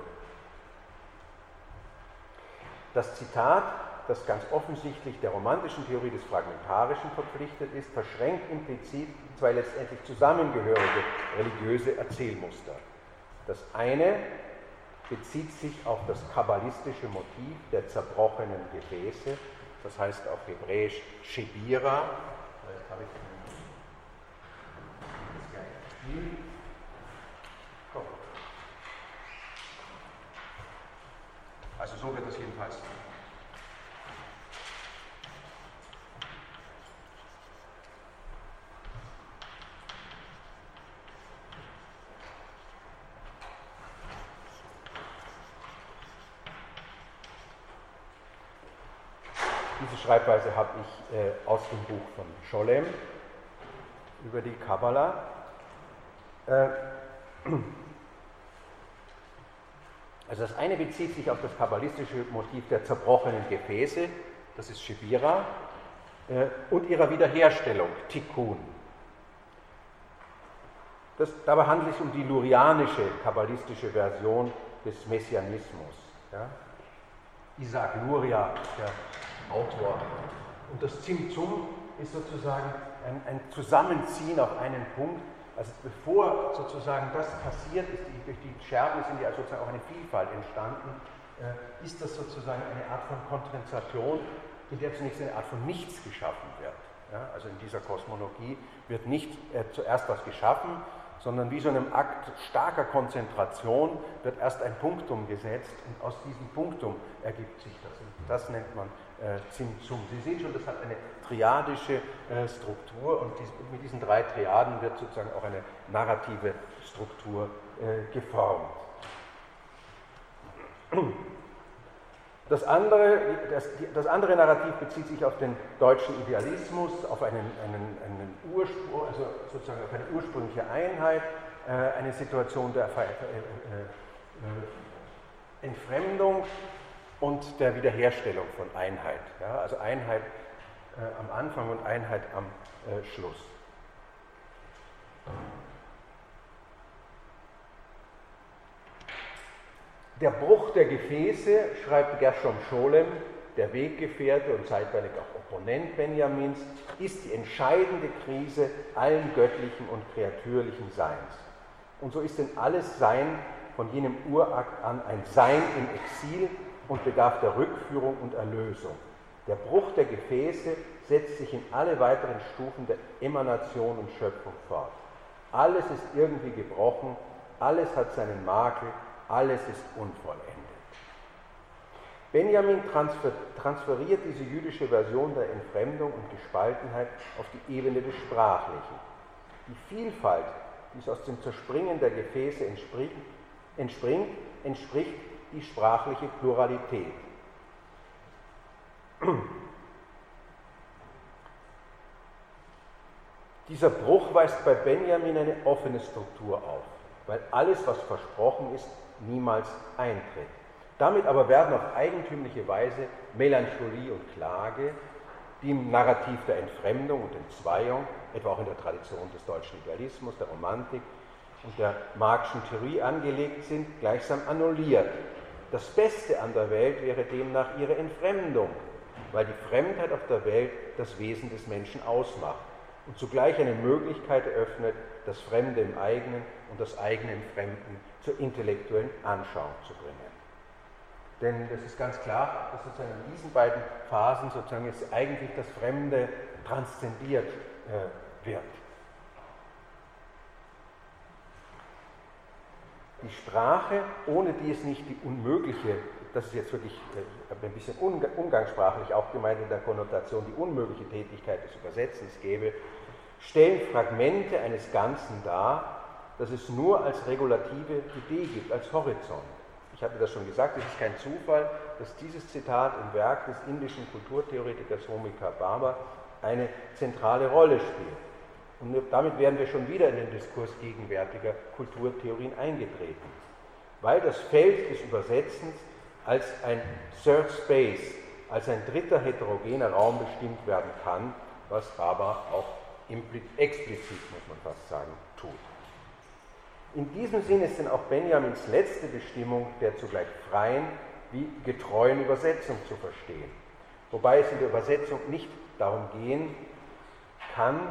Speaker 1: Das Zitat, das ganz offensichtlich der romantischen Theorie des Fragmentarischen verpflichtet ist, verschränkt implizit zwei letztendlich zusammengehörige religiöse Erzählmuster. Das eine bezieht sich auf das kabbalistische Motiv der zerbrochenen Gefäße, das heißt auf Hebräisch Shebira. Also so wird das jedenfalls. Diese Schreibweise habe ich aus dem Buch von Scholem über die Kabbala. Also das eine bezieht sich auf das kabbalistische Motiv der zerbrochenen Gefäße, das ist Shebira, und ihrer Wiederherstellung, Tikkun. Dabei handelt es sich um die lurianische kabbalistische Version des Messianismus. Ja? Isaac Luria, der Autor. Und das Tzimtzum ist sozusagen ein Zusammenziehen auf einen Punkt. Also bevor sozusagen das passiert ist, durch die Scherben sind ja sozusagen auch eine Vielfalt entstanden, ist das sozusagen eine Art von Konzentration, in der zunächst eine Art von Nichts geschaffen wird. Ja, also in dieser Kosmologie wird nicht zuerst was geschaffen, sondern wie so einem Akt starker Konzentration wird erst ein Punktum gesetzt und aus diesem Punktum ergibt sich das. Und das nennt man Zimtzum. Sie sehen schon, das hat eine triadische Struktur und mit diesen 3 Triaden wird sozusagen auch eine narrative Struktur geformt. Das andere Narrativ bezieht sich auf den deutschen Idealismus, auf einen Ursprung, also sozusagen auf eine ursprüngliche Einheit, eine Situation der Entfremdung und der Wiederherstellung von Einheit. Ja, also Einheit am Anfang und Einheit am Schluss. Der Bruch der Gefäße, schreibt Gershom Scholem, der Weggefährte und zeitweilig auch Opponent Benjamins, ist die entscheidende Krise allen göttlichen und kreatürlichen Seins. Und so ist denn alles Sein von jenem Urakt an ein Sein im Exil und bedarf der Rückführung und Erlösung. Der Bruch der Gefäße setzt sich in alle weiteren Stufen der Emanation und Schöpfung fort. Alles ist irgendwie gebrochen, alles hat seinen Makel, alles ist unvollendet. Benjamin transferiert diese jüdische Version der Entfremdung und Gespaltenheit auf die Ebene des Sprachlichen. Die Vielfalt, die aus dem Zerspringen der Gefäße entspricht die sprachliche Pluralität. Dieser Bruch weist bei Benjamin eine offene Struktur auf, weil alles, was versprochen ist, niemals eintritt. Damit aber werden auf eigentümliche Weise Melancholie und Klage, die im Narrativ der Entfremdung und Entzweiung, etwa auch in der Tradition des deutschen Idealismus, der Romantik und der Marxischen Theorie angelegt sind, gleichsam annulliert. Das Beste an der Welt wäre demnach ihre Entfremdung, weil die Fremdheit auf der Welt das Wesen des Menschen ausmacht und zugleich eine Möglichkeit eröffnet, das Fremde im Eigenen und das Eigene im Fremden zur intellektuellen Anschauung zu bringen. Denn das ist ganz klar, dass sozusagen in diesen beiden Phasen sozusagen jetzt eigentlich das Fremde transzendiert wird. Die Sprache, ohne die es nicht die unmögliche, das ist jetzt wirklich ein bisschen umgangssprachlich auch gemeint in der Konnotation, die unmögliche Tätigkeit des Übersetzens gäbe, stellen Fragmente eines Ganzen dar, das es nur als regulative Idee gibt, als Horizont. Ich hatte das schon gesagt, es ist kein Zufall, dass dieses Zitat im Werk des indischen Kulturtheoretikers Homi Bhabha eine zentrale Rolle spielt. Und damit wären wir schon wieder in den Diskurs gegenwärtiger Kulturtheorien eingetreten, weil das Feld des Übersetzens als ein Third Space, als ein dritter heterogener Raum bestimmt werden kann, was Bhabha auch explizit, muss man fast sagen, tut. In diesem Sinn ist denn auch Benjamins letzte Bestimmung der zugleich freien wie getreuen Übersetzung zu verstehen, wobei es in der Übersetzung nicht darum gehen kann,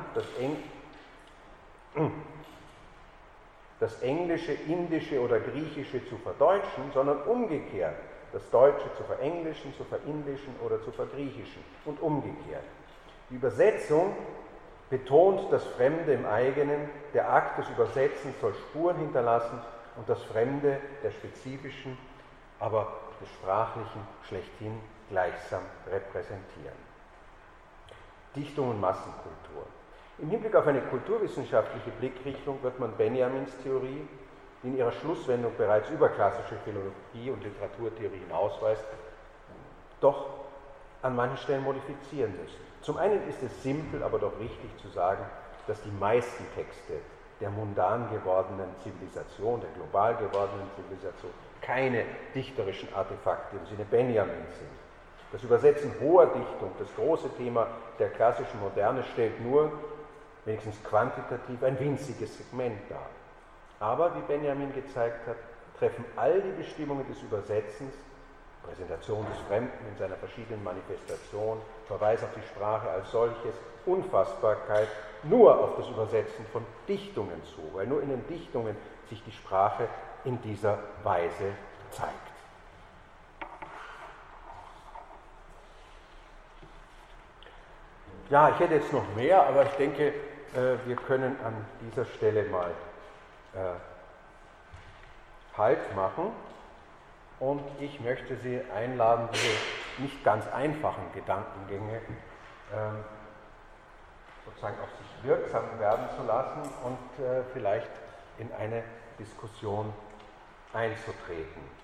Speaker 1: das Englische, Indische oder Griechische zu verdeutschen, sondern umgekehrt, das Deutsche zu verenglischen, zu verindischen oder zu vergriechischen und umgekehrt. Die Übersetzung betont das Fremde im Eigenen, der Akt des Übersetzens soll Spuren hinterlassen und das Fremde der spezifischen, aber des Sprachlichen schlechthin gleichsam repräsentieren. Dichtung und Massenkultur. Im Hinblick auf eine kulturwissenschaftliche Blickrichtung wird man Benjamins Theorie, die in ihrer Schlusswendung bereits über klassische Philologie und Literaturtheorie hinausweist, doch an manchen Stellen modifizieren müssen. Zum einen ist es simpel, aber doch richtig zu sagen, dass die meisten Texte der mundan gewordenen Zivilisation, der global gewordenen Zivilisation, keine dichterischen Artefakte im Sinne Benjamins sind. Das Übersetzen hoher Dichtung, das große Thema der klassischen Moderne, stellt nur, wenigstens quantitativ, ein winziges Segment dar. Aber, wie Benjamin gezeigt hat, treffen all die Bestimmungen des Übersetzens Präsentation des Fremden in seiner verschiedenen Manifestation, Verweis auf die Sprache als solches, Unfassbarkeit, nur auf das Übersetzen von Dichtungen zu, weil nur in den Dichtungen sich die Sprache in dieser Weise zeigt. Ja, ich hätte jetzt noch mehr, aber ich denke, wir können an dieser Stelle mal Halt machen. Und ich möchte Sie einladen, diese nicht ganz einfachen Gedankengänge sozusagen auf sich wirksam werden zu lassen und vielleicht in eine Diskussion einzutreten.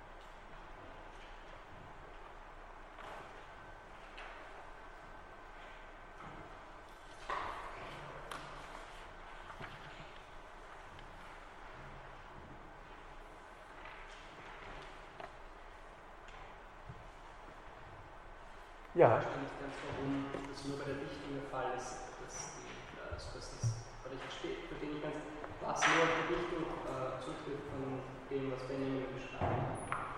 Speaker 1: Ja.
Speaker 2: Ich verstehe nicht ganz, warum das nur bei der Dichtung der Fall ist, verstehe nicht ganz, was nur auf die Dichtung zutrifft von dem, was Benjamin beschreibt.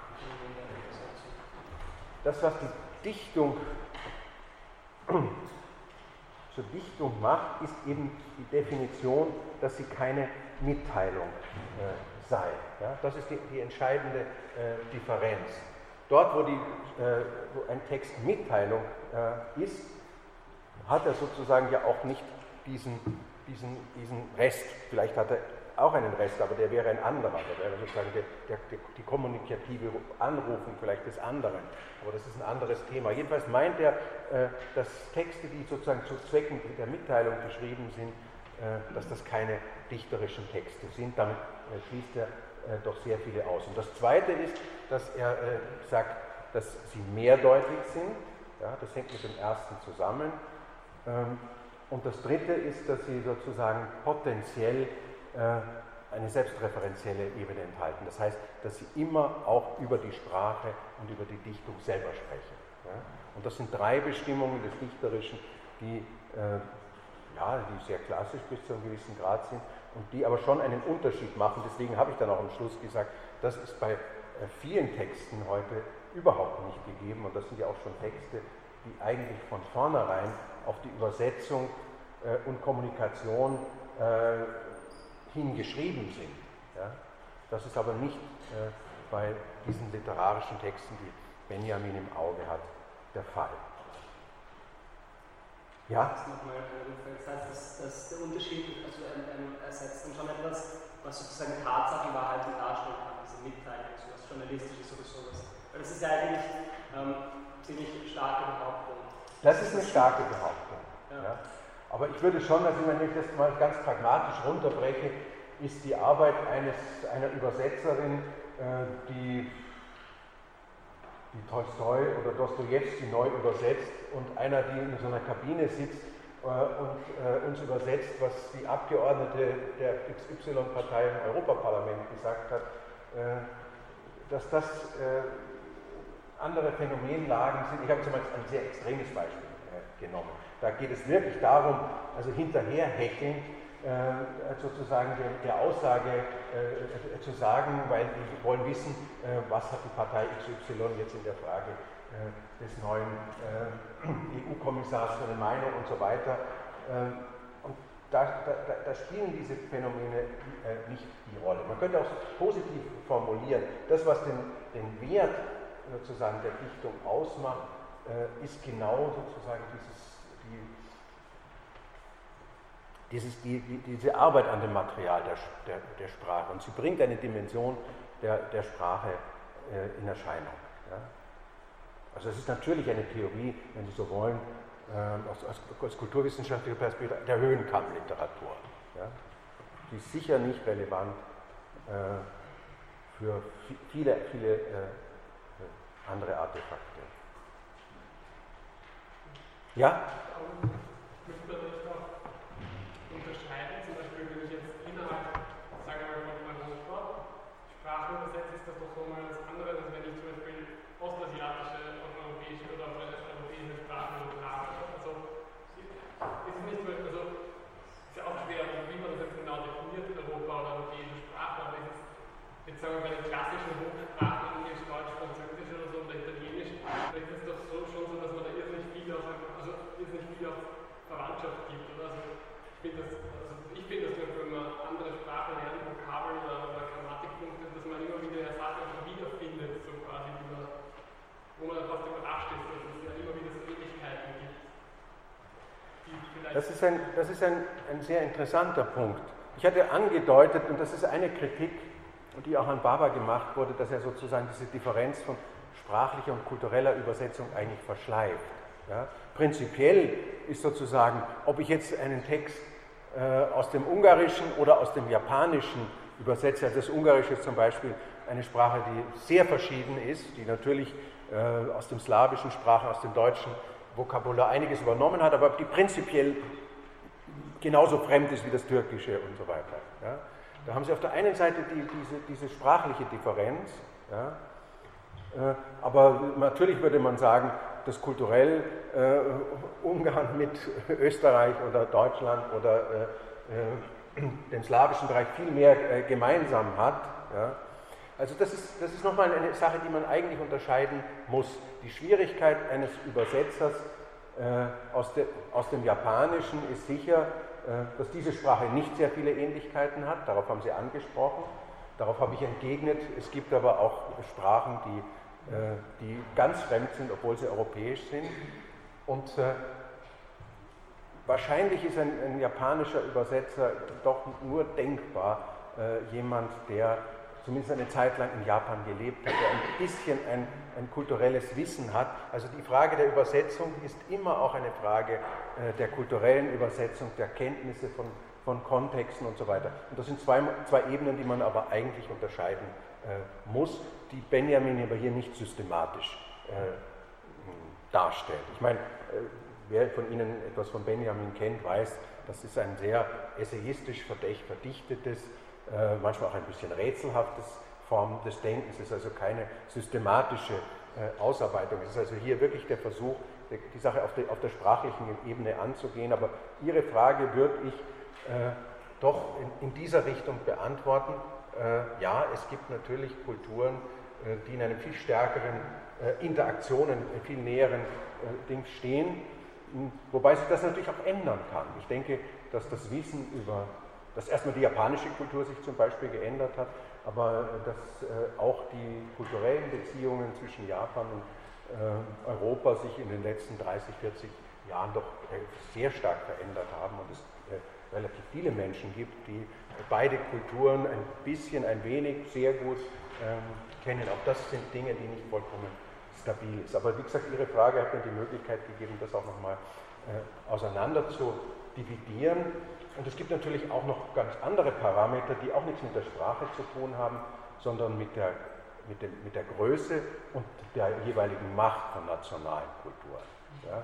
Speaker 1: Das, was die Dichtung zur Dichtung macht, ist eben die Definition, dass sie keine Mitteilung sei. Ja? Das ist die entscheidende Differenz. Dort, wo ein Text Mitteilung ist, hat er sozusagen ja auch nicht diesen Rest. Vielleicht hat er auch einen Rest, aber der wäre ein anderer. Der wäre sozusagen die kommunikative Anrufung vielleicht des anderen. Aber das ist ein anderes Thema. Jedenfalls meint er, dass Texte, die sozusagen zu Zwecken der Mitteilung geschrieben sind, dass das keine dichterischen Texte sind. Damit schließt er doch sehr viele aus. Und das Zweite ist, dass er sagt, dass sie mehrdeutig sind. Ja, das hängt mit dem ersten zusammen. Und das Dritte ist, dass sie sozusagen potenziell eine selbstreferenzielle Ebene enthalten. Das heißt, dass sie immer auch über die Sprache und über die Dichtung selber sprechen. Ja? Und das sind drei Bestimmungen des Dichterischen, die sehr klassisch bis zu einem gewissen Grad sind und die aber schon einen Unterschied machen. Deswegen habe ich dann auch am Schluss gesagt, das ist bei vielen Texten heute überhaupt nicht gegeben. Und das sind ja auch schon Texte, die eigentlich von vornherein auf die Übersetzung und Kommunikation hingeschrieben sind. Ja? Das ist aber nicht bei diesen literarischen Texten, die Benjamin im Auge hat, der Fall. Ja?
Speaker 2: Das heißt, dass der Unterschied, also er setzt dann schon etwas, was sozusagen Tatsachenwahrheiten darstellen kann, diese Mitteilung, so was Journalistisches oder sowas. Weil das ist ja eigentlich ziemlich starke Behauptung.
Speaker 1: Das ist eine starke Behauptung.
Speaker 2: Ja.
Speaker 1: Ja? Aber ich würde schon, also wenn ich das mal ganz pragmatisch runterbreche, ist die Arbeit einer Übersetzerin, die Tolstoi oder Dostojewski neu übersetzt und einer, die in so einer Kabine sitzt und uns übersetzt, was die Abgeordnete der XY-Partei im Europaparlament gesagt hat, dass das andere Phänomenlagen sind. Ich habe zum Beispiel ein sehr extremes Beispiel genommen. Da geht es wirklich darum, also hinterherhechelnd sozusagen der Aussage zu sagen, weil wir wollen wissen, was hat die Partei XY jetzt in der Frage des neuen EU-Kommissars für eine Meinung und so weiter. Und da spielen diese Phänomene nicht die Rolle. Man könnte auch positiv formulieren, das, was den Wert sozusagen der Dichtung ausmacht, ist genau sozusagen diese Arbeit an dem Material der Sprache. Und sie bringt eine Dimension der Sprache in Erscheinung. Ja? Also es ist natürlich eine Theorie, wenn Sie so wollen, aus kulturwissenschaftlicher Perspektive der Höhenkampliteratur. Ja? Die ist sicher nicht relevant für viele andere Artefakte. Ja?
Speaker 3: Müssen wir nicht auch unterscheiden, zum Beispiel wenn ich jetzt innerhalb, sagen wir mal von Europa, Sprache übersetze, ist das doch so mal das andere, als wenn ich zum Beispiel ostasiatische, europäische oder europäische Sprachen übertrage. Also ist nicht so, also ist ja auch schwer, wie man das jetzt genau definiert in Europa oder europäische Sprache, aber ist es jetzt sagen wir bei den klassischen Hochsprachen, Englisch, Deutsch, Französisch oder so, und da nicht viel auf Verwandtschaft gibt. Oder? Also ich finde das, wenn man andere Sprachen lernt, Vokabeln oder Grammatikpunkte, dass man immer wieder Sachen einfach wiederfindet, so quasi, wo man fast überrascht ist, dass es ja immer wieder so Ähnlichkeiten gibt.
Speaker 1: Das ist ein sehr interessanter Punkt. Ich hatte angedeutet, und das ist eine Kritik, die auch an Barber gemacht wurde, dass er sozusagen diese Differenz von sprachlicher und kultureller Übersetzung eigentlich verschleift. Ja? Prinzipiell ist sozusagen, ob ich jetzt einen Text aus dem Ungarischen oder aus dem Japanischen übersetze, also das Ungarische ist zum Beispiel eine Sprache, die sehr verschieden ist, die natürlich aus dem slawischen Sprachen, aus dem deutschen Vokabular einiges übernommen hat, aber die prinzipiell genauso fremd ist wie das Türkische und so weiter. Ja? Da haben Sie auf der einen Seite diese sprachliche Differenz, ja? Aber natürlich würde man sagen, dass kulturell Ungarn mit Österreich oder Deutschland oder dem slawischen Bereich viel mehr gemeinsam hat. Ja? Also das ist nochmal eine Sache, die man eigentlich unterscheiden muss. Die Schwierigkeit eines Übersetzers aus dem Japanischen ist sicher, dass diese Sprache nicht sehr viele Ähnlichkeiten hat, darauf haben Sie angesprochen, darauf habe ich entgegnet. Es gibt aber auch Sprachen, die ganz fremd sind, obwohl sie europäisch sind. Und wahrscheinlich ist ein japanischer Übersetzer doch nur denkbar jemand, der zumindest eine Zeit lang in Japan gelebt hat, der ein bisschen ein kulturelles Wissen hat. Also die Frage der Übersetzung ist immer auch eine Frage der kulturellen Übersetzung, der Kenntnisse von Kontexten und so weiter. Und das sind zwei Ebenen, die man aber eigentlich unterscheiden muss, die Benjamin aber hier nicht systematisch darstellt. Ich meine, wer von Ihnen etwas von Benjamin kennt, weiß, das ist ein sehr essayistisch verdichtetes, manchmal auch ein bisschen rätselhaftes Form des Denkens. Es ist also keine systematische Ausarbeitung. Es ist also hier wirklich der Versuch, die Sache auf der sprachlichen Ebene anzugehen. Aber Ihre Frage würde ich doch in dieser Richtung beantworten. Ja, es gibt natürlich Kulturen, die in einem viel stärkeren Interaktionen, viel näheren Ding stehen, wobei sich das natürlich auch ändern kann. Ich denke, dass das Wissen dass erstmal die japanische Kultur sich zum Beispiel geändert hat, aber dass auch die kulturellen Beziehungen zwischen Japan und Europa sich in den letzten 30, 40 Jahren doch sehr stark verändert haben und es relativ viele Menschen gibt, die beide Kulturen ein bisschen, ein wenig, sehr gut kennen. Auch das sind Dinge, die nicht vollkommen stabil sind. Aber wie gesagt, Ihre Frage hat mir die Möglichkeit gegeben, das auch nochmal auseinander zu dividieren. Und es gibt natürlich auch noch ganz andere Parameter, die auch nichts mit der Sprache zu tun haben, sondern mit der Größe und der jeweiligen Macht von nationalen Kulturen. Ja?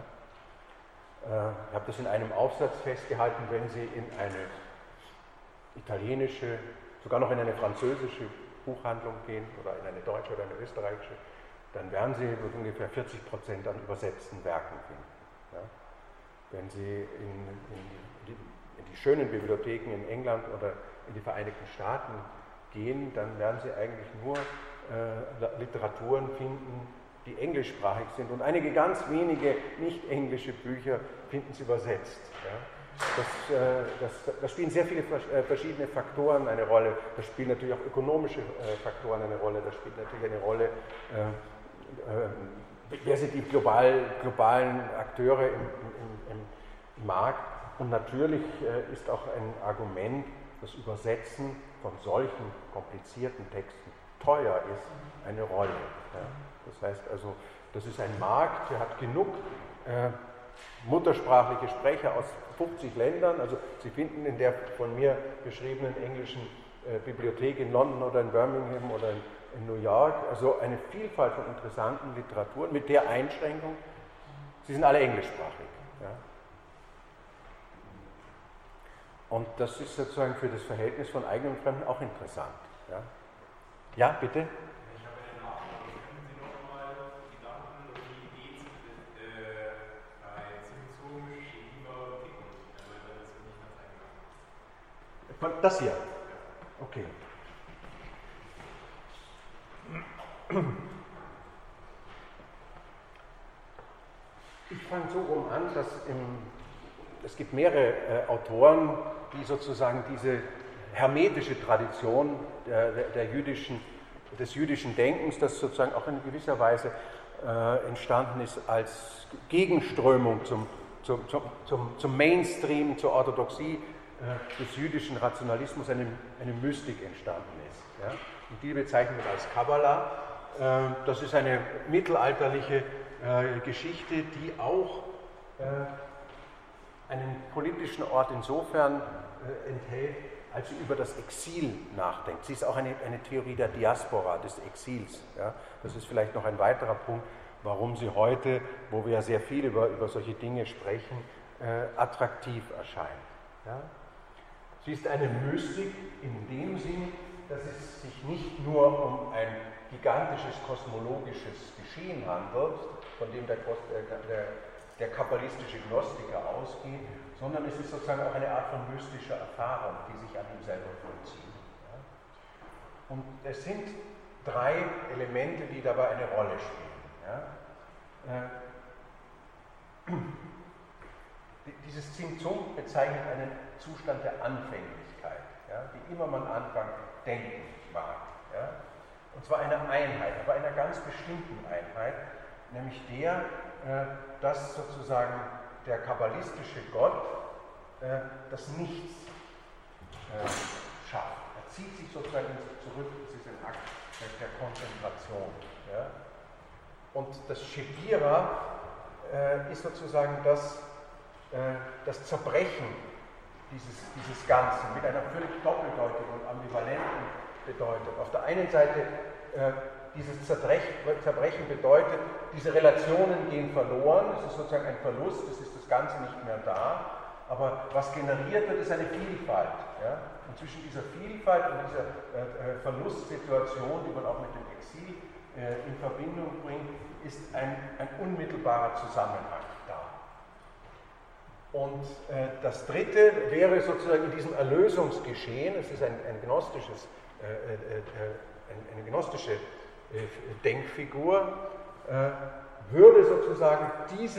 Speaker 1: Ich habe das in einem Aufsatz festgehalten, wenn Sie in eine italienische, sogar noch in eine französische Buchhandlung gehen oder in eine deutsche oder eine österreichische, dann werden Sie ungefähr 40% an übersetzten Werken finden. Ja? Wenn Sie in die schönen Bibliotheken in England oder in die Vereinigten Staaten gehen, dann werden Sie eigentlich nur Literaturen finden, die englischsprachig sind. Und einige ganz wenige nicht-englische Bücher finden Sie übersetzt. Ja? Da spielen sehr viele verschiedene Faktoren eine Rolle. Da spielen natürlich auch ökonomische Faktoren eine Rolle. Da spielt natürlich eine Rolle, wer sind die globalen Akteure im Markt. Und natürlich ist auch ein Argument, das Übersetzen von solchen komplizierten Texten teuer ist, eine Rolle. Ja? Das heißt also, das ist ein Markt, der hat genug muttersprachliche Sprecher aus 50 Ländern. Also Sie finden in der von mir beschriebenen englischen Bibliothek in London oder in Birmingham oder in New York, also eine Vielfalt von interessanten Literaturen mit der Einschränkung, sie sind alle englischsprachig. Ja? Und das ist sozusagen für das Verhältnis von Eigen und Fremden auch interessant. Ja, ja bitte?
Speaker 4: Ich habe eine Nachfrage. Können Sie noch mal Gedanken oder die Idee bei Simsum, Shiva, Tikkun, weil das mir nicht ganz eingegangen ist.
Speaker 1: Das hier? Okay. Ich fange so rum an, dass es gibt mehrere Autoren, die sozusagen diese hermetische Tradition des jüdischen Denkens, das sozusagen auch in gewisser Weise entstanden ist als Gegenströmung zum Mainstream, zur Orthodoxie des jüdischen Rationalismus, eine Mystik entstanden ist. Ja? Und die bezeichnen wir als Kabbala. Das ist eine mittelalterliche Geschichte, die auch einen politischen Ort insofern enthält, als sie über das Exil nachdenkt. Sie ist auch eine Theorie der Diaspora, des Exils. Ja? Das ist vielleicht noch ein weiterer Punkt, warum sie heute, wo wir ja sehr viel über solche Dinge sprechen, attraktiv erscheint. Ja? Sie ist eine Mystik in dem Sinn, dass es sich nicht nur um ein gigantisches kosmologisches Geschehen handelt, von dem der kabbalistische Gnostiker ausgeht, sondern es ist sozusagen auch eine Art von mystischer Erfahrung, die sich an ihm selber vollzieht. Ja? Und es sind drei Elemente, die dabei eine Rolle spielen. Ja? Dieses Zimtzum bezeichnet einen Zustand der Anfänglichkeit, ja? Wie immer man anfängt, denken mag. Ja? Und zwar einer Einheit, aber einer ganz bestimmten Einheit, nämlich der, dass sozusagen der kabbalistische Gott das Nichts schafft. Er zieht sich sozusagen in sich zurück, das ist ein Akt der Konzentration. Ja? Und das Shebira ist sozusagen das Zerbrechen dieses Ganzen mit einer völlig doppeldeutigen und ambivalenten Bedeutung. Auf der einen Seite dieses Zerbrechen bedeutet, diese Relationen gehen verloren, es ist sozusagen ein Verlust, es ist das Ganze nicht mehr da, aber was generiert wird, ist eine Vielfalt. Ja? Und zwischen dieser Vielfalt und dieser Verlustsituation, die man auch mit dem Exil in Verbindung bringt, ist ein unmittelbarer Zusammenhang da. Und das Dritte wäre sozusagen in diesem Erlösungsgeschehen, es ist eine gnostische Denkfigur, würde sozusagen diese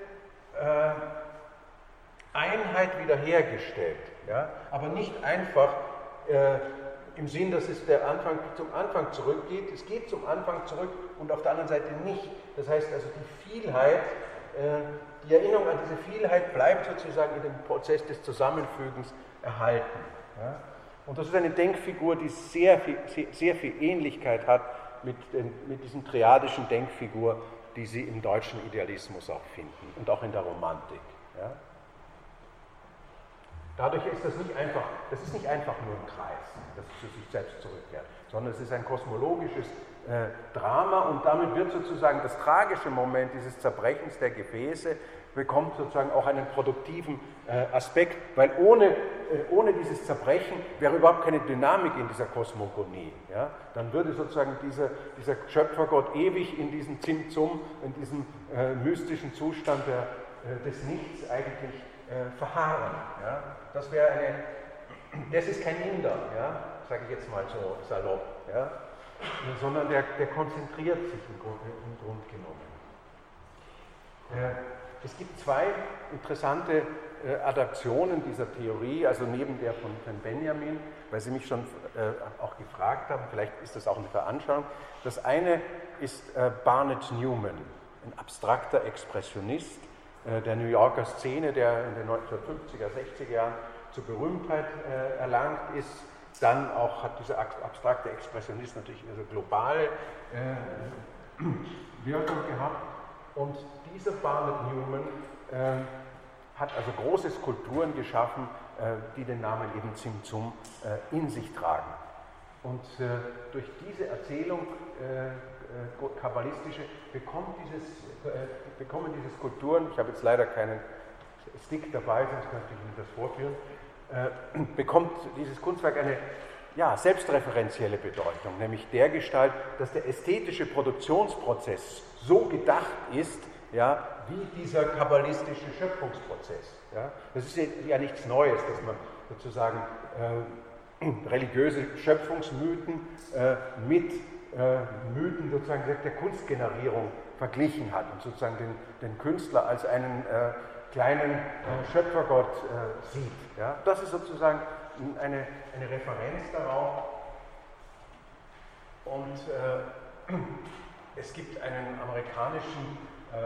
Speaker 1: Einheit wiederhergestellt. Ja? Aber nicht einfach im Sinn, dass es zum Anfang zurückgeht. Es geht zum Anfang zurück und auf der anderen Seite nicht. Das heißt also, die Vielheit, die Erinnerung an diese Vielheit bleibt sozusagen in dem Prozess des Zusammenfügens erhalten. Ja? Und das ist eine Denkfigur, die sehr viel Ähnlichkeit hat mit diesem triadischen Denkfigur, die Sie im deutschen Idealismus auch finden und auch in der Romantik. Ja? Dadurch ist das nicht einfach nur ein Kreis, das zu sich selbst zurückkehrt, sondern es ist ein kosmologisches Drama und damit wird sozusagen das tragische Moment dieses Zerbrechens der Gefäße bekommt sozusagen auch einen produktiven Aspekt, weil ohne dieses Zerbrechen wäre überhaupt keine Dynamik in dieser Kosmogonie. Ja? Dann würde sozusagen dieser Schöpfergott ewig in diesem Zimtzum, in diesem mystischen Zustand des Nichts eigentlich verharren. Ja? Das ist kein Inder, ja? Sage ich jetzt mal so salopp, ja? Sondern der konzentriert sich im Grunde genommen. Es gibt zwei interessante Adaptionen dieser Theorie, also neben der von Benjamin, weil Sie mich schon auch gefragt haben, vielleicht ist das auch eine Veranschaulichung. Das eine ist Barnett Newman, ein abstrakter Expressionist der New Yorker Szene, der in den 1950er, 60er Jahren zur Berühmtheit erlangt ist. Dann auch hat dieser abstrakte Expressionist natürlich eine globale Wirkung gehabt. Und dieser Barnett Newman hat also große Skulpturen geschaffen, die den Namen eben Zimtzum in sich tragen. Und durch diese Erzählung kabbalistische bekommen diese Skulpturen, ich habe jetzt leider keinen Stick dabei, sonst könnte ich Ihnen das vorführen, bekommt dieses Kunstwerk eine selbstreferenzielle Bedeutung, nämlich dergestalt, dass der ästhetische Produktionsprozess so gedacht ist, ja, wie dieser kabbalistische Schöpfungsprozess. Ja. Das ist ja nichts Neues, dass man sozusagen religiöse Schöpfungsmythen mit Mythen sozusagen der Kunstgenerierung verglichen hat und sozusagen den Künstler als einen kleinen Schöpfergott sieht. Ja? Das ist sozusagen eine Referenz darauf. Und es gibt einen amerikanischen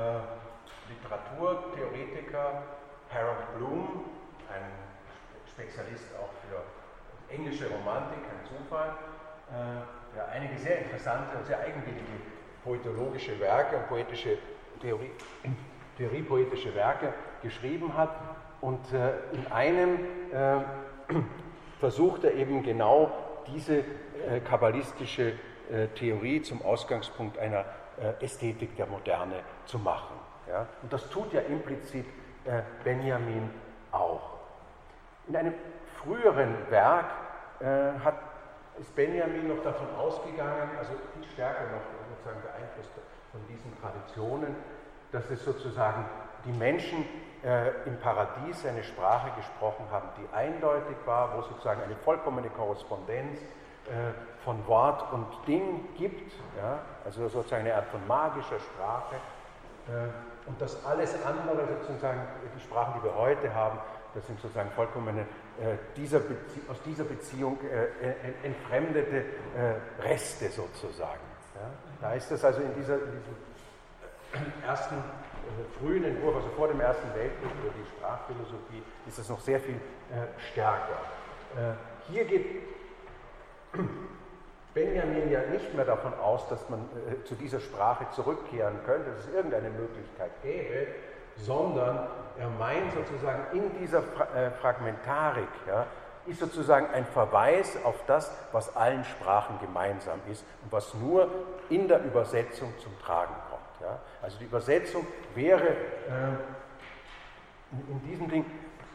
Speaker 1: Literaturtheoretiker, Harold Bloom, ein Spezialist auch für englische Romantik, ein Zufall, der einige sehr interessante und sehr eigenwillige poetologische Werke und theoriepoetische Werke geschrieben hat. Und in einem versucht er eben genau diese kabbalistische Theorie zum Ausgangspunkt einer Ästhetik der Moderne zu machen. Ja? Und das tut ja implizit Benjamin auch. In einem früheren Werk ist Benjamin noch davon ausgegangen, also viel stärker noch sozusagen beeinflusst von diesen Traditionen, dass es sozusagen die Menschen im Paradies eine Sprache gesprochen haben, die eindeutig war, wo sozusagen eine vollkommene Korrespondenz von Wort und Ding gibt, ja? Also sozusagen eine Art von magischer Sprache, und dass alles andere sozusagen, die Sprachen, die wir heute haben, das sind sozusagen vollkommene aus dieser Beziehung entfremdete Reste sozusagen. Ja? Da ist das also in diesem ersten frühen Entwurf, also vor dem Ersten Weltkrieg über die Sprachphilosophie, ist das noch sehr viel stärker. Hier geht Benjamin ja nicht mehr davon aus, dass man zu dieser Sprache zurückkehren könnte, dass es irgendeine Möglichkeit gäbe, sondern er meint sozusagen in dieser Fragmentarik, ja, ist sozusagen ein Verweis auf das, was allen Sprachen gemeinsam ist und was nur in der Übersetzung zum Tragen kommt. Ja. Also die Übersetzung wäre in diesem Ding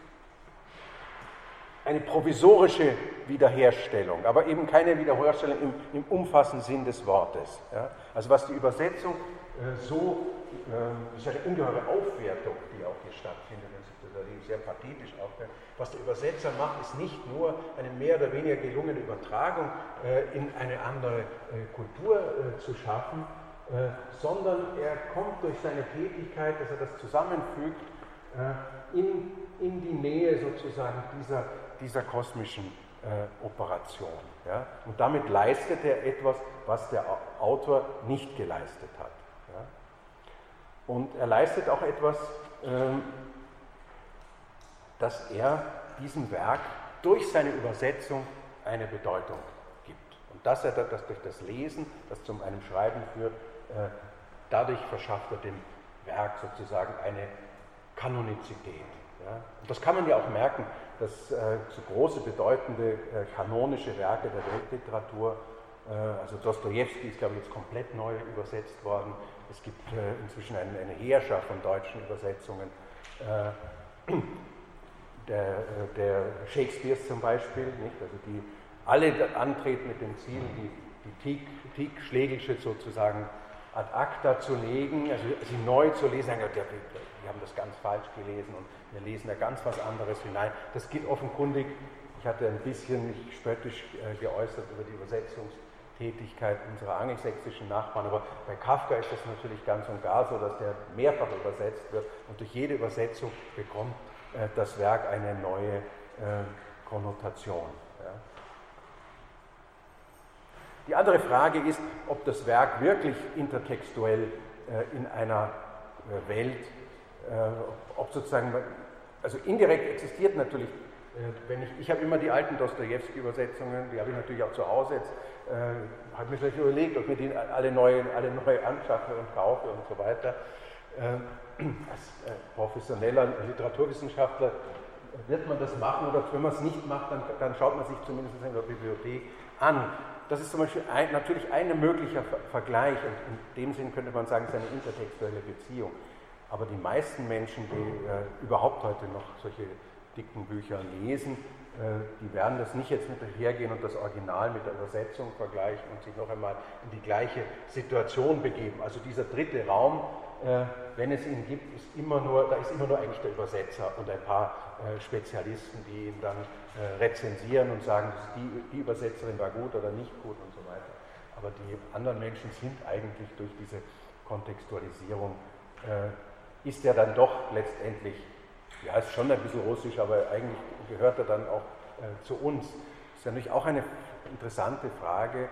Speaker 1: eine provisorische Wiederherstellung, aber eben keine Wiederherstellung im umfassenden Sinn des Wortes. Ja. Also was die Übersetzung das ist eine ungeheure Aufwertung, die auch hier stattfindet, die sehr pathetisch aufwertet. Was der Übersetzer macht, ist nicht nur eine mehr oder weniger gelungene Übertragung in eine andere Kultur zu schaffen, sondern er kommt durch seine Tätigkeit, dass er das zusammenfügt, in die Nähe sozusagen dieser kosmischen Operation. Ja? Und damit leistet er etwas, was der Autor nicht geleistet hat. Ja? Und er leistet auch etwas, dass er diesem Werk durch seine Übersetzung eine Bedeutung gibt. Und dass er das durch das Lesen, das zu einem Schreiben führt, dadurch verschafft er dem Werk sozusagen eine Kanonizität. Ja? Und das kann man ja auch merken, dass so große, bedeutende kanonische Werke der Weltliteratur, also Dostojewski ist, glaube ich, jetzt komplett neu übersetzt worden. Es gibt inzwischen eine Heerschar von deutschen Übersetzungen. Der Shakespeares zum Beispiel, nicht? Also die alle antreten mit dem Ziel, die Tieck-Schlegelsche sozusagen ad acta zu legen, also sie neu zu lesen. Wir haben das ganz falsch gelesen und wir lesen da ganz was anderes hinein. Das geht offenkundig, ich hatte ein bisschen mich spöttisch geäußert über die Übersetzungstätigkeit unserer angelsächsischen Nachbarn, aber bei Kafka ist das natürlich ganz und gar so, dass der mehrfach übersetzt wird und durch jede Übersetzung bekommt das Werk eine neue Konnotation. Ja. Die andere Frage ist, ob das Werk wirklich intertextuell in einer Welt, ob sozusagen, also indirekt existiert natürlich, ich habe immer die alten Dostojewski-Übersetzungen, die habe ich natürlich auch zu Hause jetzt, habe mir vielleicht überlegt, ob ich mir die alle neu anschaffe und kaufe und so weiter. Als professioneller Literaturwissenschaftler wird man das machen, oder wenn man es nicht macht, dann schaut man sich zumindest in der Bibliothek an. Das ist zum Beispiel natürlich ein möglicher Vergleich, und in dem Sinn könnte man sagen, es ist eine intertextuelle Beziehung. Aber die meisten Menschen, die überhaupt heute noch solche dicken Bücher lesen, die werden das nicht jetzt mit hergehen und das Original mit der Übersetzung vergleichen und sich noch einmal in die gleiche Situation begeben. Also dieser dritte Raum, wenn es ihn gibt, da ist immer nur eigentlich der Übersetzer und ein paar Spezialisten, die ihn dann rezensieren und sagen, die Übersetzerin war gut oder nicht gut und so weiter. Aber die anderen Menschen sind eigentlich durch diese Kontextualisierung ist ja dann doch letztendlich, ja, ist schon ein bisschen russisch, aber eigentlich gehört er dann auch zu uns. Das ist natürlich auch eine interessante Frage.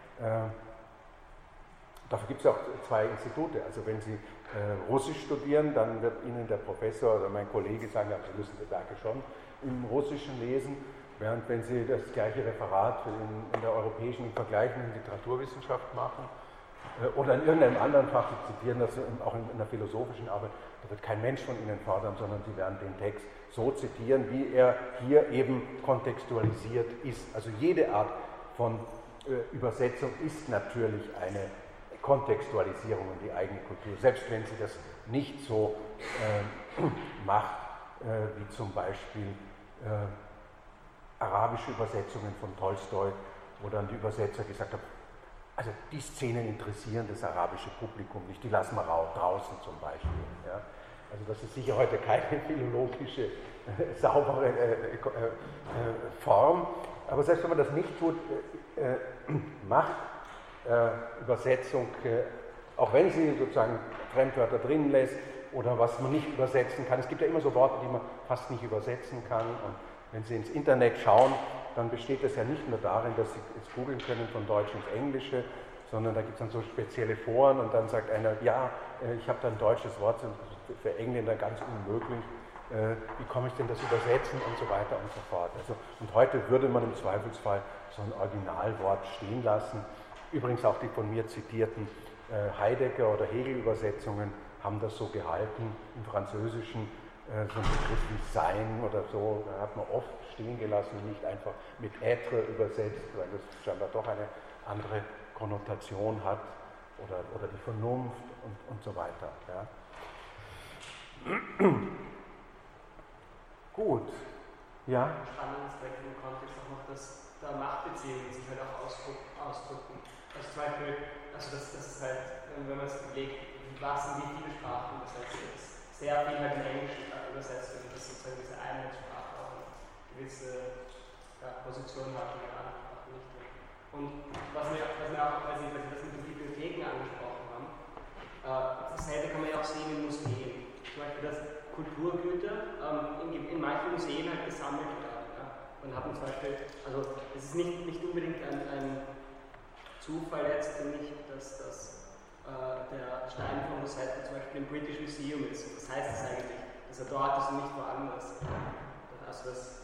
Speaker 1: Dafür gibt es auch zwei Institute. Also wenn Sie Russisch studieren, dann wird Ihnen der Professor oder mein Kollege sagen, ja, Sie müssen die Werke schon im Russischen lesen, während wenn Sie das gleiche Referat in der europäischen und vergleichenden Literaturwissenschaft machen oder in irgendeinem anderen Fach, Sie zitieren das auch in der philosophischen Arbeit, da wird kein Mensch von Ihnen fordern, sondern Sie werden den Text so zitieren, wie er hier eben kontextualisiert ist. Also jede Art von Übersetzung ist natürlich eine Kontextualisierung in die eigene Kultur, selbst wenn sie das nicht so macht, wie zum Beispiel arabische Übersetzungen von Tolstoi, wo dann die Übersetzer gesagt haben, also die Szenen interessieren das arabische Publikum nicht, die lassen wir draußen zum Beispiel. Ja. Also das ist sicher heute keine philologische, saubere Form, aber selbst wenn man das nicht tut, macht Übersetzung, auch wenn sie sozusagen Fremdwörter drin lässt oder was man nicht übersetzen kann. Es gibt ja immer so Worte, die man fast nicht übersetzen kann. Und wenn Sie ins Internet schauen, dann besteht das ja nicht nur darin, dass Sie jetzt googeln können von Deutsch ins Englische, sondern da gibt es dann so spezielle Foren und dann sagt einer, ja, ich habe da ein deutsches Wort, für Engländer ganz unmöglich. Wie komme ich denn das übersetzen und so weiter und so fort. Also, und heute würde man im Zweifelsfall so ein Originalwort stehen lassen. Übrigens auch die von mir zitierten Heidegger- oder Hegel-Übersetzungen haben das so gehalten. Im Französischen so ein Begriff wie sein oder so, da hat man oft stehen gelassen, nicht einfach mit être übersetzt, weil das scheinbar doch eine andere Konnotation hat oder die Vernunft und so weiter. Ja. Gut, ja.
Speaker 2: Spannend ist vielleicht im Kontext auch noch, dass da Machtbeziehungen sich halt auch ausdrücken. Also zum Beispiel, also das ist halt, wenn man es überlegt, was sind wie viele Sprachen übersetzt wird, sehr viel halt in Englisch übersetzt wird, dass sozusagen diese Einheitssprache auch eine gewisse Position hat und in anderen Sprachen nicht. Und was wir auch, weil Sie das mit den Bibliotheken angesprochen haben, dasselbe kann man ja auch sehen in Museen. Zum Beispiel, dass Kulturgüter in manchen Museen halt gesammelt werden. Ja. Man hat zum Beispiel, also es ist nicht unbedingt ein Zufall jetzt, finde ich, dass der Stein von Rosetta zum Beispiel im British Museum ist. Was heißt das eigentlich? Dass er dort ist und nicht woanders. Also das,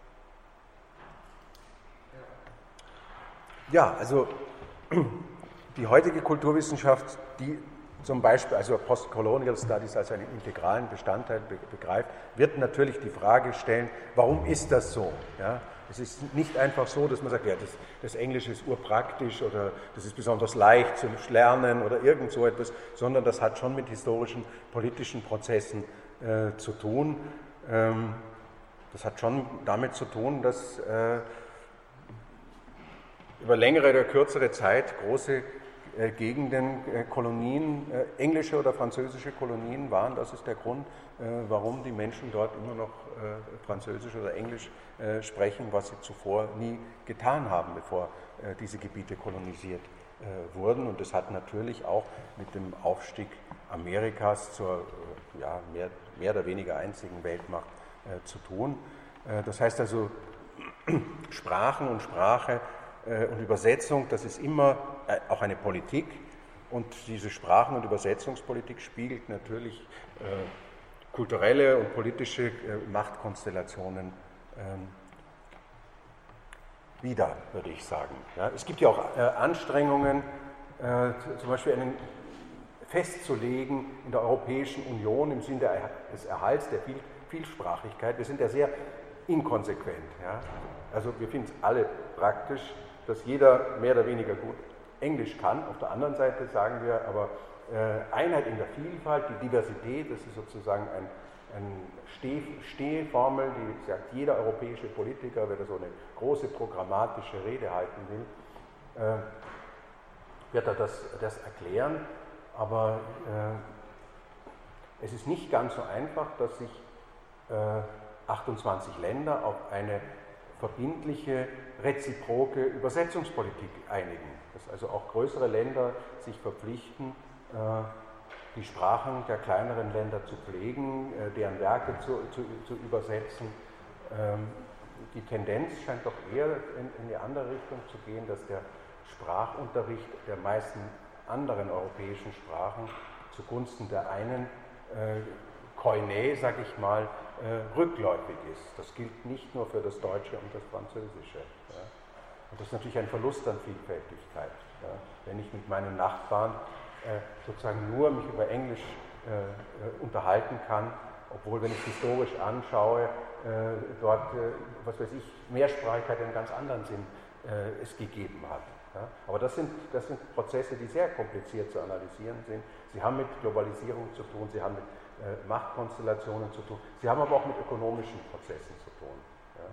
Speaker 1: ja, also die heutige Kulturwissenschaft, die zum Beispiel, also Postcolonial Studies als einen integralen Bestandteil begreift, wird natürlich die Frage stellen, warum ist das so? Ja? Es ist nicht einfach so, dass man sagt, ja, das Englische ist urpraktisch oder das ist besonders leicht zu lernen oder irgend so etwas, sondern das hat schon mit historischen, politischen Prozessen zu tun. Das hat schon damit zu tun, dass über längere oder kürzere Zeit große Gegenden, Kolonien, englische oder französische Kolonien waren. Das ist der Grund, warum die Menschen dort immer noch Französisch oder Englisch sprechen, was sie zuvor nie getan haben, bevor diese Gebiete kolonisiert wurden. Und das hat natürlich auch mit dem Aufstieg Amerikas zur ja, mehr oder weniger einzigen Weltmacht zu tun. Das heißt also, Sprachen und Sprache und Übersetzung, das ist immer auch eine Politik, und diese Sprachen- und Übersetzungspolitik spiegelt natürlich kulturelle und politische Machtkonstellationen wider, würde ich sagen. Ja, es gibt ja auch Anstrengungen, zum Beispiel festzulegen in der Europäischen Union im Sinne des Erhalts der Vielsprachigkeit. Wir sind ja sehr inkonsequent. Ja? Also wir finden es alle praktisch, dass jeder mehr oder weniger gut Englisch kann. Auf der anderen Seite sagen wir aber, Einheit in der Vielfalt, die Diversität, das ist sozusagen eine Stehformel, die sagt, jeder europäische Politiker, wenn er so eine große programmatische Rede halten will, wird er das erklären. Aber es ist nicht ganz so einfach, dass sich 28 Länder auf eine verbindliche, reziproke Übersetzungspolitik einigen. Dass also auch größere Länder sich verpflichten, die Sprachen der kleineren Länder zu pflegen, deren Werke zu übersetzen. Die Tendenz scheint doch eher in die andere Richtung zu gehen, dass der Sprachunterricht der meisten anderen europäischen Sprachen zugunsten der einen Koine, sag ich mal, rückläufig ist. Das gilt nicht nur für das Deutsche und das Französische. Ja. Und das ist natürlich ein Verlust an Vielfältigkeit. Ja. Wenn ich mit meinen Nachbarn sozusagen nur mich über Englisch unterhalten kann, obwohl, wenn ich es historisch anschaue, dort, was weiß ich, Mehrsprachigkeit in einem ganz anderen Sinn es gegeben hat. Ja. Aber das sind Prozesse, die sehr kompliziert zu analysieren sind. Sie haben mit Globalisierung zu tun, sie haben mit Machtkonstellationen zu tun, sie haben aber auch mit ökonomischen Prozessen zu tun. Ja.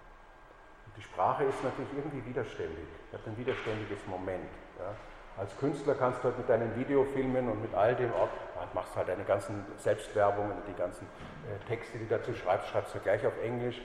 Speaker 1: Und die Sprache ist natürlich irgendwie widerständig, hat ein widerständiges Moment. Ja. Als Künstler kannst du halt mit deinen Videofilmen und mit all dem auch, machst halt deine ganzen Selbstwerbungen und die ganzen Texte, die du dazu schreibst, schreibst du gleich auf Englisch.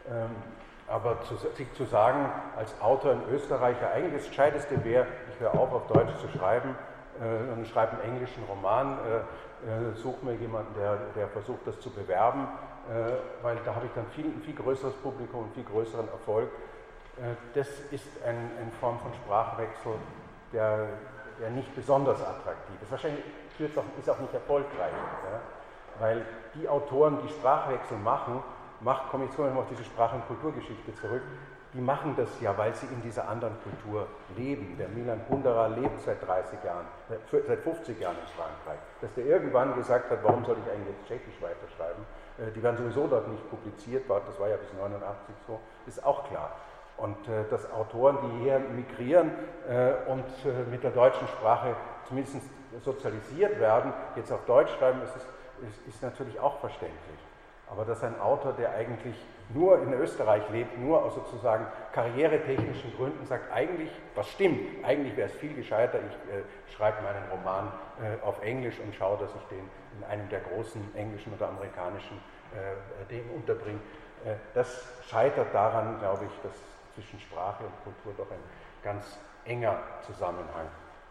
Speaker 1: Aber sich zu sagen, als Autor in Österreich, ja, eigentlich das Gescheiteste wäre, ich höre auf Deutsch zu schreiben und schreibe einen englischen Roman, suche mir jemanden, der versucht, das zu bewerben, weil da habe ich dann ein viel größeres Publikum, einen viel größeren Erfolg. Das ist eine Form von Sprachwechsel, der nicht besonders attraktiv ist. Wahrscheinlich ist auch nicht erfolgreich, ja? Weil die Autoren, die Sprachwechsel machen, komme ich jetzt mal auf diese Sprach- und Kulturgeschichte zurück, die machen das ja, weil sie in dieser anderen Kultur leben. Der Milan Kundera lebt seit 30 Jahren, seit 50 Jahren in Frankreich. Dass der irgendwann gesagt hat, warum soll ich eigentlich jetzt Tschechisch weiterschreiben? Die werden sowieso dort nicht publiziert, das war ja bis 89 so, ist auch klar. Und dass Autoren, die hier migrieren und mit der deutschen Sprache zumindest sozialisiert werden, jetzt auf Deutsch schreiben, ist natürlich auch verständlich. Aber dass ein Autor, der eigentlich nur in Österreich lebt, nur aus sozusagen karrieretechnischen Gründen sagt, eigentlich, was stimmt, eigentlich wäre es viel gescheiter, ich schreibe meinen Roman auf Englisch und schaue, dass ich den in einem der großen englischen oder amerikanischen Dinge unterbringe. Das scheitert daran, glaube ich, dass zwischen Sprache und Kultur doch ein ganz enger Zusammenhang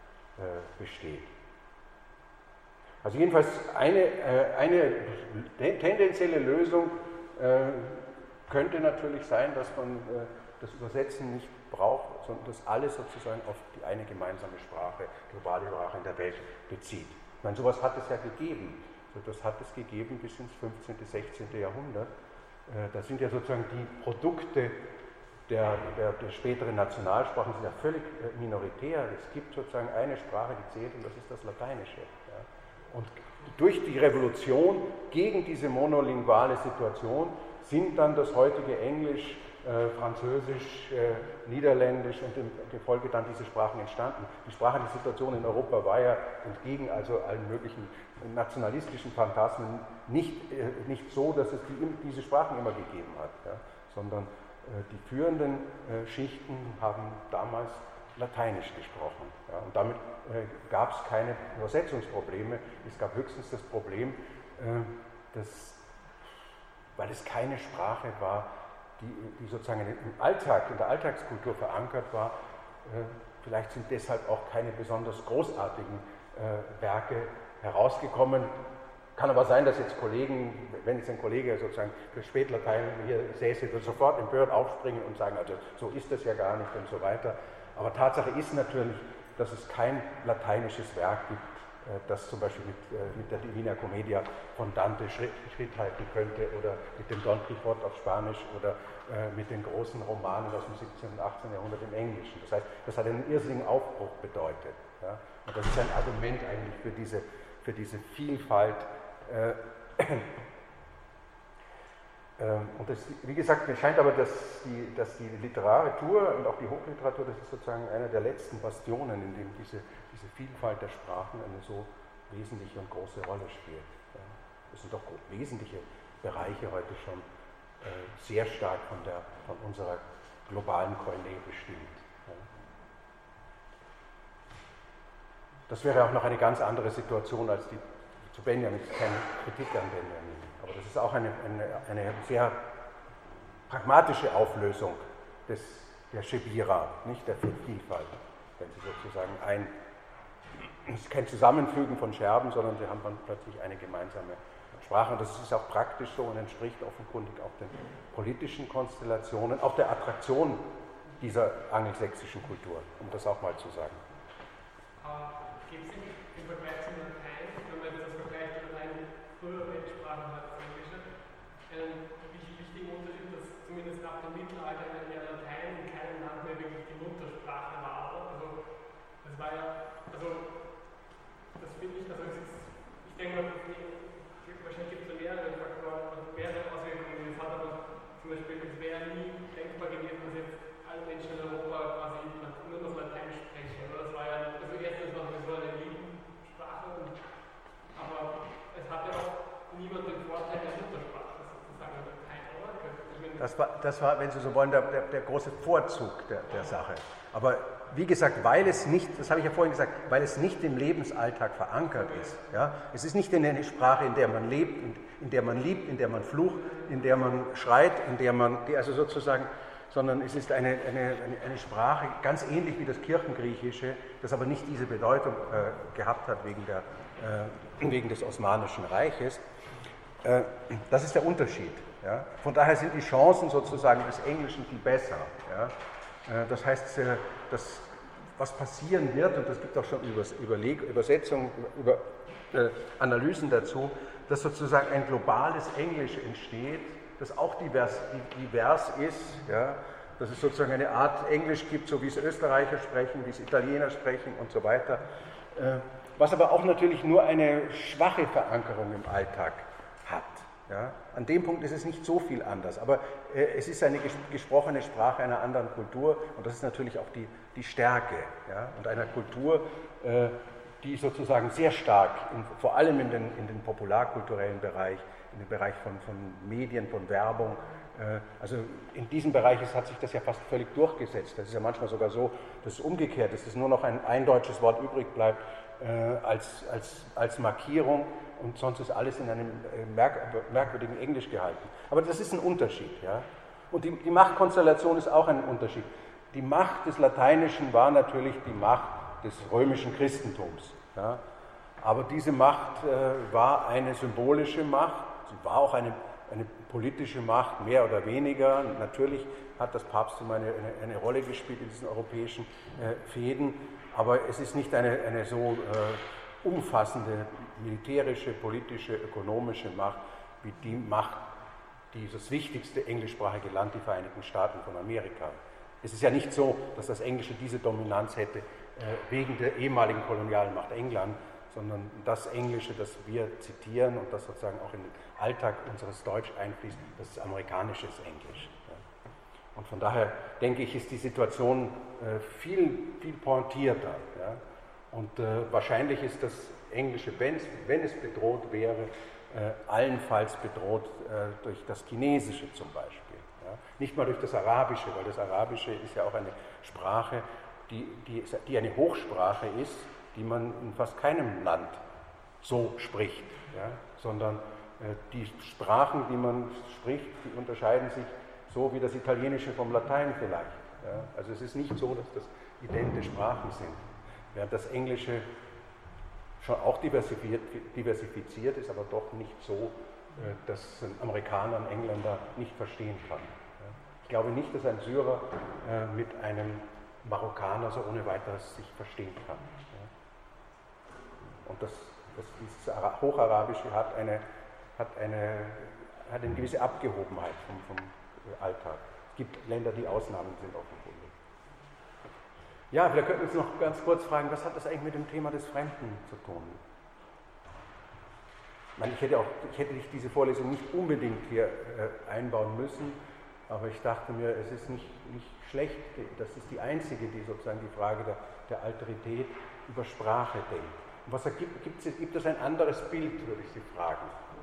Speaker 1: besteht. Also jedenfalls eine tendenzielle Lösung könnte natürlich sein, dass man das Übersetzen nicht braucht, sondern dass alles sozusagen auf die eine gemeinsame Sprache, globale Sprache in der Welt bezieht. Ich meine, sowas hat es ja gegeben. Das hat es gegeben bis ins 15., 16. Jahrhundert. Da sind ja sozusagen die Produkte der späteren Nationalsprachen sind ja völlig minoritär. Es gibt sozusagen eine Sprache, die zählt, und das ist das Lateinische. Ja. Und durch die Revolution gegen diese monolinguale Situation sind dann das heutige Englisch, Französisch, Niederländisch und in der Folge dann diese Sprachen entstanden. Die sprachliche Situation in Europa war ja entgegen also allen möglichen nationalistischen Phantasmen nicht so, dass es diese Sprachen immer gegeben hat, ja, sondern die führenden Schichten haben damals Lateinisch gesprochen. Ja, und damit gab es keine Übersetzungsprobleme. Es gab höchstens das Problem, weil es keine Sprache war, die sozusagen im Alltag, in der Alltagskultur verankert war, vielleicht sind deshalb auch keine besonders großartigen Werke herausgekommen. Kann aber sein, dass jetzt Kollegen, wenn jetzt ein Kollege sozusagen für Spätlatein hier säße, würde sofort empört aufspringen und sagen, also so ist das ja gar nicht und so weiter. Aber Tatsache ist natürlich, dass es kein lateinisches Werk gibt, das zum Beispiel mit der Divina Commedia von Dante Schritt halten könnte oder mit dem Don Quixote auf Spanisch oder mit den großen Romanen aus dem 17. und 18. Jahrhundert im Englischen. Das heißt, das hat einen irrsinnigen Aufbruch bedeutet. Ja? Und das ist ein Argument eigentlich für diese Vielfalt. Und das, wie gesagt, mir scheint aber, dass die Literatur und auch die Hochliteratur, das ist sozusagen einer der letzten Bastionen, in dem diese Vielfalt der Sprachen eine so wesentliche und große Rolle spielt. Es sind doch wesentliche Bereiche heute schon sehr stark von unserer globalen Koine bestimmt. Das wäre auch noch eine ganz andere Situation als die zu Benjamin, keine Kritik an Benjamin. Aber das ist auch eine sehr pragmatische Auflösung der Shebira, nicht der Vielfalt, wenn Sie sozusagen es ist kein Zusammenfügen von Scherben, sondern sie haben dann plötzlich eine gemeinsame Sprache. Und das ist auch praktisch so und entspricht offenkundig auch den politischen Konstellationen, auch der Attraktion dieser angelsächsischen Kultur, um das auch mal zu sagen.
Speaker 3: Gibt es im Vergleich zum Latein, wenn man jetzt das vergleicht, Latein früher Weltsprache hat als Englische, einen wichtigen Unterschied, dass zumindest nach dem Mittelalter ja Latein in keinem Land mehr wirklich die Muttersprache war. Also das war ja, also das finde ich, also es ist, ich denke mal, wahrscheinlich gibt es da mehrere Faktoren, also mehrere Auswirkungen. Es hat aber zum Beispiel, es wäre nie denkbar gewesen, dass jetzt alle Menschen in Europa quasi nur noch Latein sprechen. Oder? Das war ja, also erstens war sowieso eine Elitensprache, aber es hatte auch niemand den Vorteil der Muttersprache, sozusagen Latein, oder?
Speaker 1: Das war, wenn Sie so wollen, der große Vorzug der Sache. Aber wie gesagt, weil es nicht, das habe ich ja vorhin gesagt, weil es nicht im Lebensalltag verankert ist. Ja? Es ist nicht eine Sprache, in der man lebt, in der man liebt, in der man flucht, in der man schreit, in der man, also sozusagen, sondern es ist eine Sprache, ganz ähnlich wie das Kirchengriechische, das aber nicht diese Bedeutung gehabt hat wegen des Osmanischen Reiches. Das ist der Unterschied. Ja? Von daher sind die Chancen sozusagen des Englischen viel besser. Ja? Das heißt, was passieren wird, und es gibt auch schon Übersetzungen, Analysen dazu, dass sozusagen ein globales Englisch entsteht, das auch divers ist, ja? Dass es sozusagen eine Art Englisch gibt, so wie es Österreicher sprechen, wie es Italiener sprechen und so weiter, was aber auch natürlich nur eine schwache Verankerung im Alltag hat. Ja? An dem Punkt ist es nicht so viel anders, aber es ist eine gesprochene Sprache einer anderen Kultur und das ist natürlich auch die Stärke, ja? Und einer Kultur, die sozusagen sehr stark, vor allem in den popularkulturellen Bereich, in den Bereich von Medien, von Werbung, also in diesem Bereich hat sich das ja fast völlig durchgesetzt. Das ist ja manchmal sogar so, dass es umgekehrt ist, dass nur noch ein deutsches Wort übrig bleibt als Markierung. Und sonst ist alles in einem merkwürdigen Englisch gehalten. Aber das ist ein Unterschied. Ja? Und die Machtkonstellation ist auch ein Unterschied. Die Macht des Lateinischen war natürlich die Macht des römischen Christentums. Ja? Aber diese Macht war eine symbolische Macht. Sie war auch eine politische Macht, mehr oder weniger. Natürlich hat das Papsttum eine Rolle gespielt in diesen europäischen Fehden. Aber es ist nicht eine so umfassende militärische, politische, ökonomische Macht wie die Macht, die das wichtigste englischsprachige Land, die Vereinigten Staaten von Amerika. Es ist ja nicht so, dass das Englische diese Dominanz hätte wegen der ehemaligen Kolonialmacht England, sondern das Englische, das wir zitieren und das sozusagen auch in den Alltag unseres Deutsch einfließt, das ist amerikanisches Englisch. Und von daher denke ich, ist die Situation viel pointierter. Ja? Und wahrscheinlich ist das Englische, wenn es bedroht wäre, allenfalls bedroht durch das Chinesische zum Beispiel. Ja? Nicht mal durch das Arabische, weil das Arabische ist ja auch eine Sprache, die eine Hochsprache ist, die man in fast keinem Land so spricht, ja? Sondern die Sprachen, die man spricht, die unterscheiden sich so wie das Italienische vom Latein vielleicht. Ja? Also es ist nicht so, dass das idente Sprachen sind. Während das Englische schon auch diversifiziert ist, aber doch nicht so, dass ein Amerikaner, ein Engländer nicht verstehen kann. Ich glaube nicht, dass ein Syrer mit einem Marokkaner so ohne weiteres sich verstehen kann. Und dieses Hocharabische hat eine gewisse Abgehobenheit vom Alltag. Es gibt Länder, die Ausnahmen sind offenkundig. Ja, vielleicht könnten wir uns noch ganz kurz fragen, was hat das eigentlich mit dem Thema des Fremden zu tun? Ich hätte diese Vorlesung nicht unbedingt hier einbauen müssen, aber ich dachte mir, es ist nicht schlecht, das ist die einzige, die sozusagen die Frage der Alterität über Sprache denkt. Und was gibt es ein anderes Bild, würde ich Sie fragen?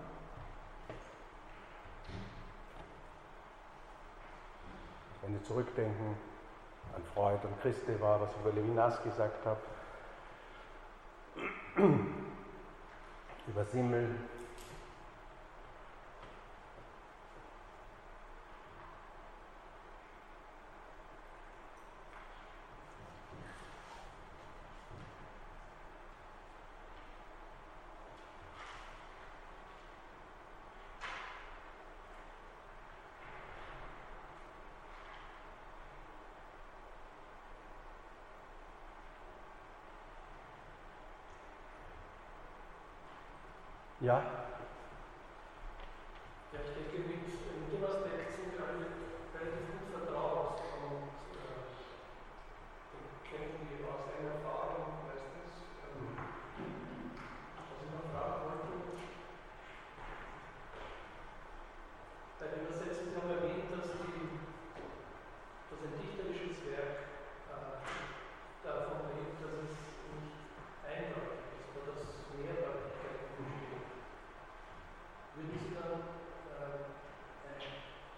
Speaker 1: Wenn Sie zurückdenken an Freud und Kristeva, was ich über Levinas gesagt habe, über Simmel. Ja?
Speaker 5: Ja, ich denke, mit dem Aspekt sind wir alle relativ gut vertraut und kennen die aus eigener Erfahrung meistens. Was ich noch fragen wollte, bei den Übersetzungen haben wir erwähnt, dass ein dichterisches Werk davon lebt, dass es nicht eindeutig ist oder dass Mehrdeutigkeit besteht. Würden Sie dann eine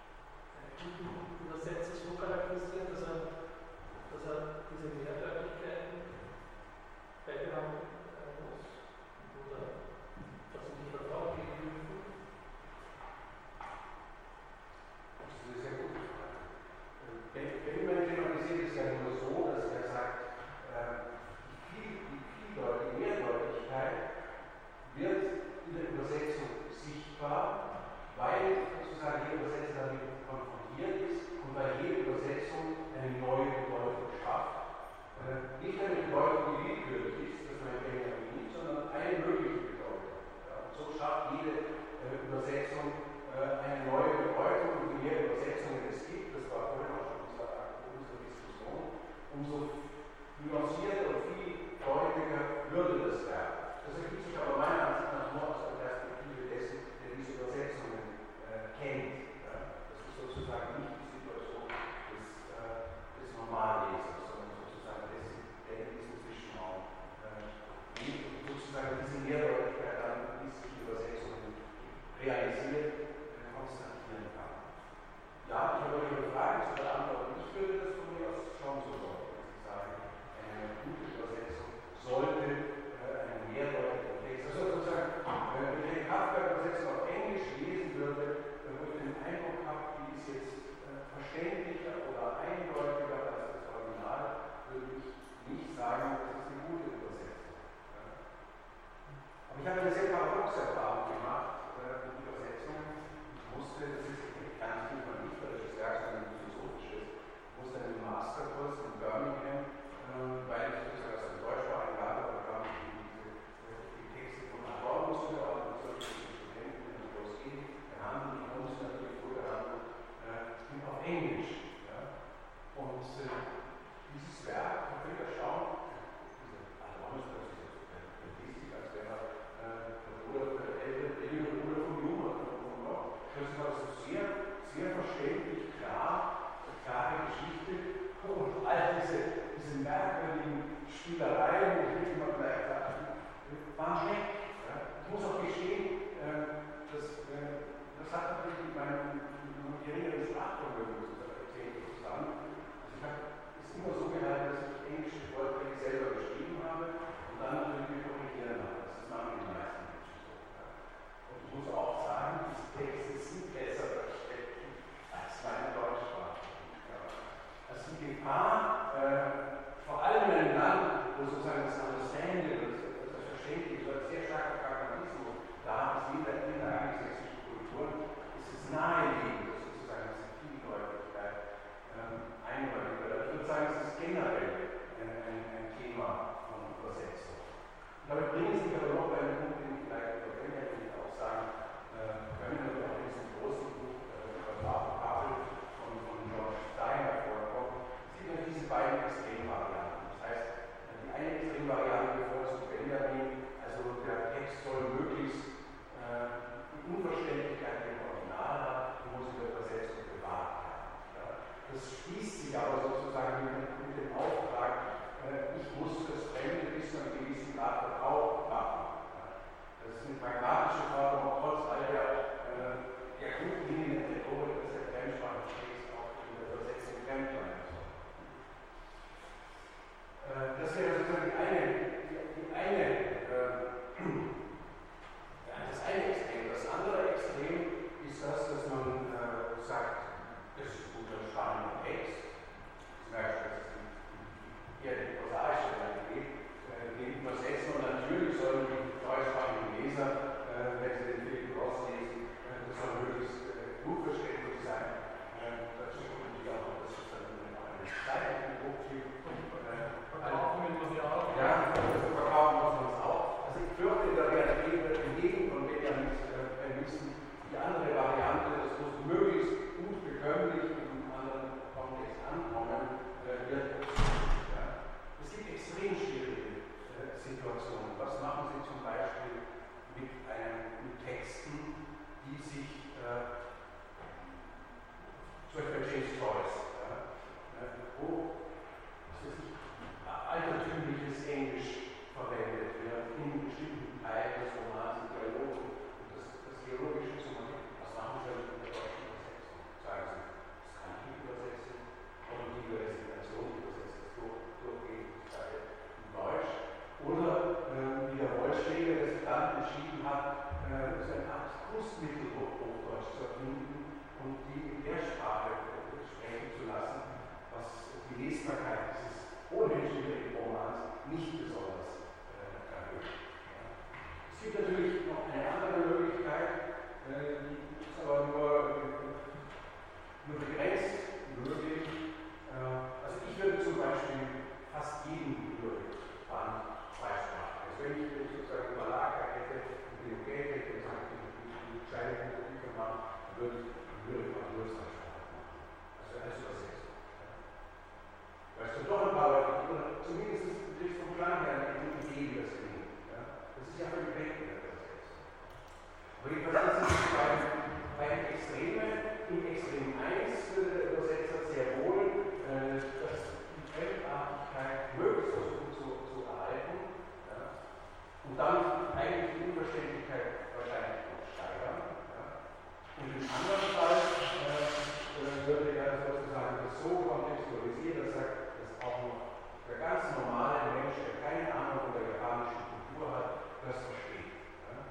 Speaker 1: Kunstmittel Hochdeutsch zu erfinden und die in der Sprache sprechen zu lassen, was die Lesbarkeit dieses ohnehin schwierigen Romans nicht besonders erhöht. Es gibt natürlich noch eine andere Möglichkeit, die ist aber nur begrenzt möglich. Also ich würde zum Beispiel fast jeden Lyrikband zweisprachig. Also wenn ich sozusagen einen Verlag hätte, die Geld hätte und sagt, die entscheidenden Bücher machen, dann würde ich Lyrikband nur zweisprachig machen. Also alles übersetzt. Weil es doch ein paar Leute, oder zumindest vom Klang her eine Idee, wie das klingt. Das ist ja völlig weg, wenn er das setzt. Aber jedenfalls ist es beim Extreme, im Extrem 1 würde der Übersetzer sehr wohl die Fremdartigkeit möglichst versuchen zu erhalten und dann eigentlich die Unverständlichkeit wahrscheinlich noch steigern. Und im anderen Fall würde er sozusagen das so kontextualisieren, dass er dass auch noch der ganz normale Mensch, der keine Ahnung von der japanischen Kultur hat, das versteht.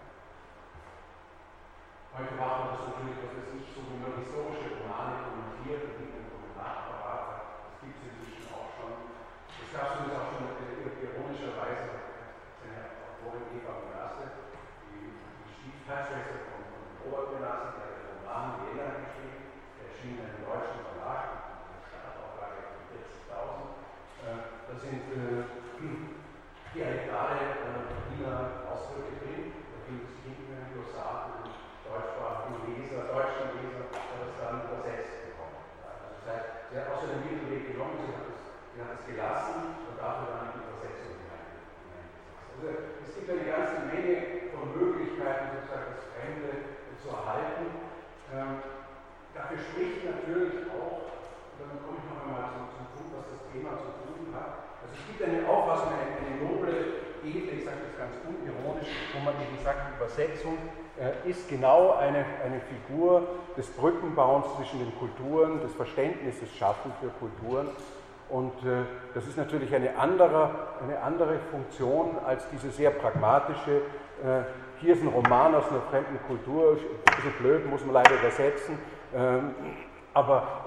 Speaker 1: Heute macht man das natürlich, was weiß ich, so wie man historische Romane kommentiert und nicht einen Kommentarapparat hat. Das gibt es inzwischen auch schon. Das gab es übrigens auch schon ironischerweise seine Autorin Eva Menasse, die Stiefschwester von Robert Menasse, der hat den Roman Vienna geschrieben, der erschien in einem deutschen Verlag, eine Startauflage von 40.000. Da sind dialektale Wiener Ausdrücke drin, da findet sich hinten ein Glossar für deutschen Leser, das dann übersetzt bekommen. Also das heißt, sie hat auch so den Mittelweg genommen, sie hat es gelassen und dafür dann die Übersetzung hineingesetzt. Also es gibt eine ganze Menge von Möglichkeiten, sozusagen das Fremde zu erhalten. Dafür spricht natürlich auch, und dann komme ich noch einmal zum Punkt, was das Thema zu tun hat. Also es gibt eine Auffassung, eine noble, edle, ich sage das ganz unironisch, wo man eben sagt, Übersetzung ist genau eine Figur des Brückenbauens zwischen den Kulturen, des Verständnisses schaffen für Kulturen. Und das ist natürlich eine andere Funktion als diese sehr pragmatische, hier ist ein Roman aus einer fremden Kultur, ein bisschen blöd, muss man leider übersetzen, aber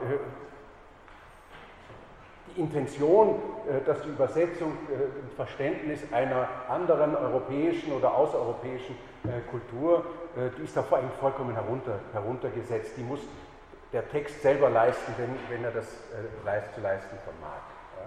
Speaker 1: die Intention, dass die Übersetzung ein Verständnis einer anderen europäischen oder außereuropäischen Kultur, die ist da eigentlich vollkommen heruntergesetzt. Die muss der Text selber leisten, wenn er das zu leisten vermag. Ja.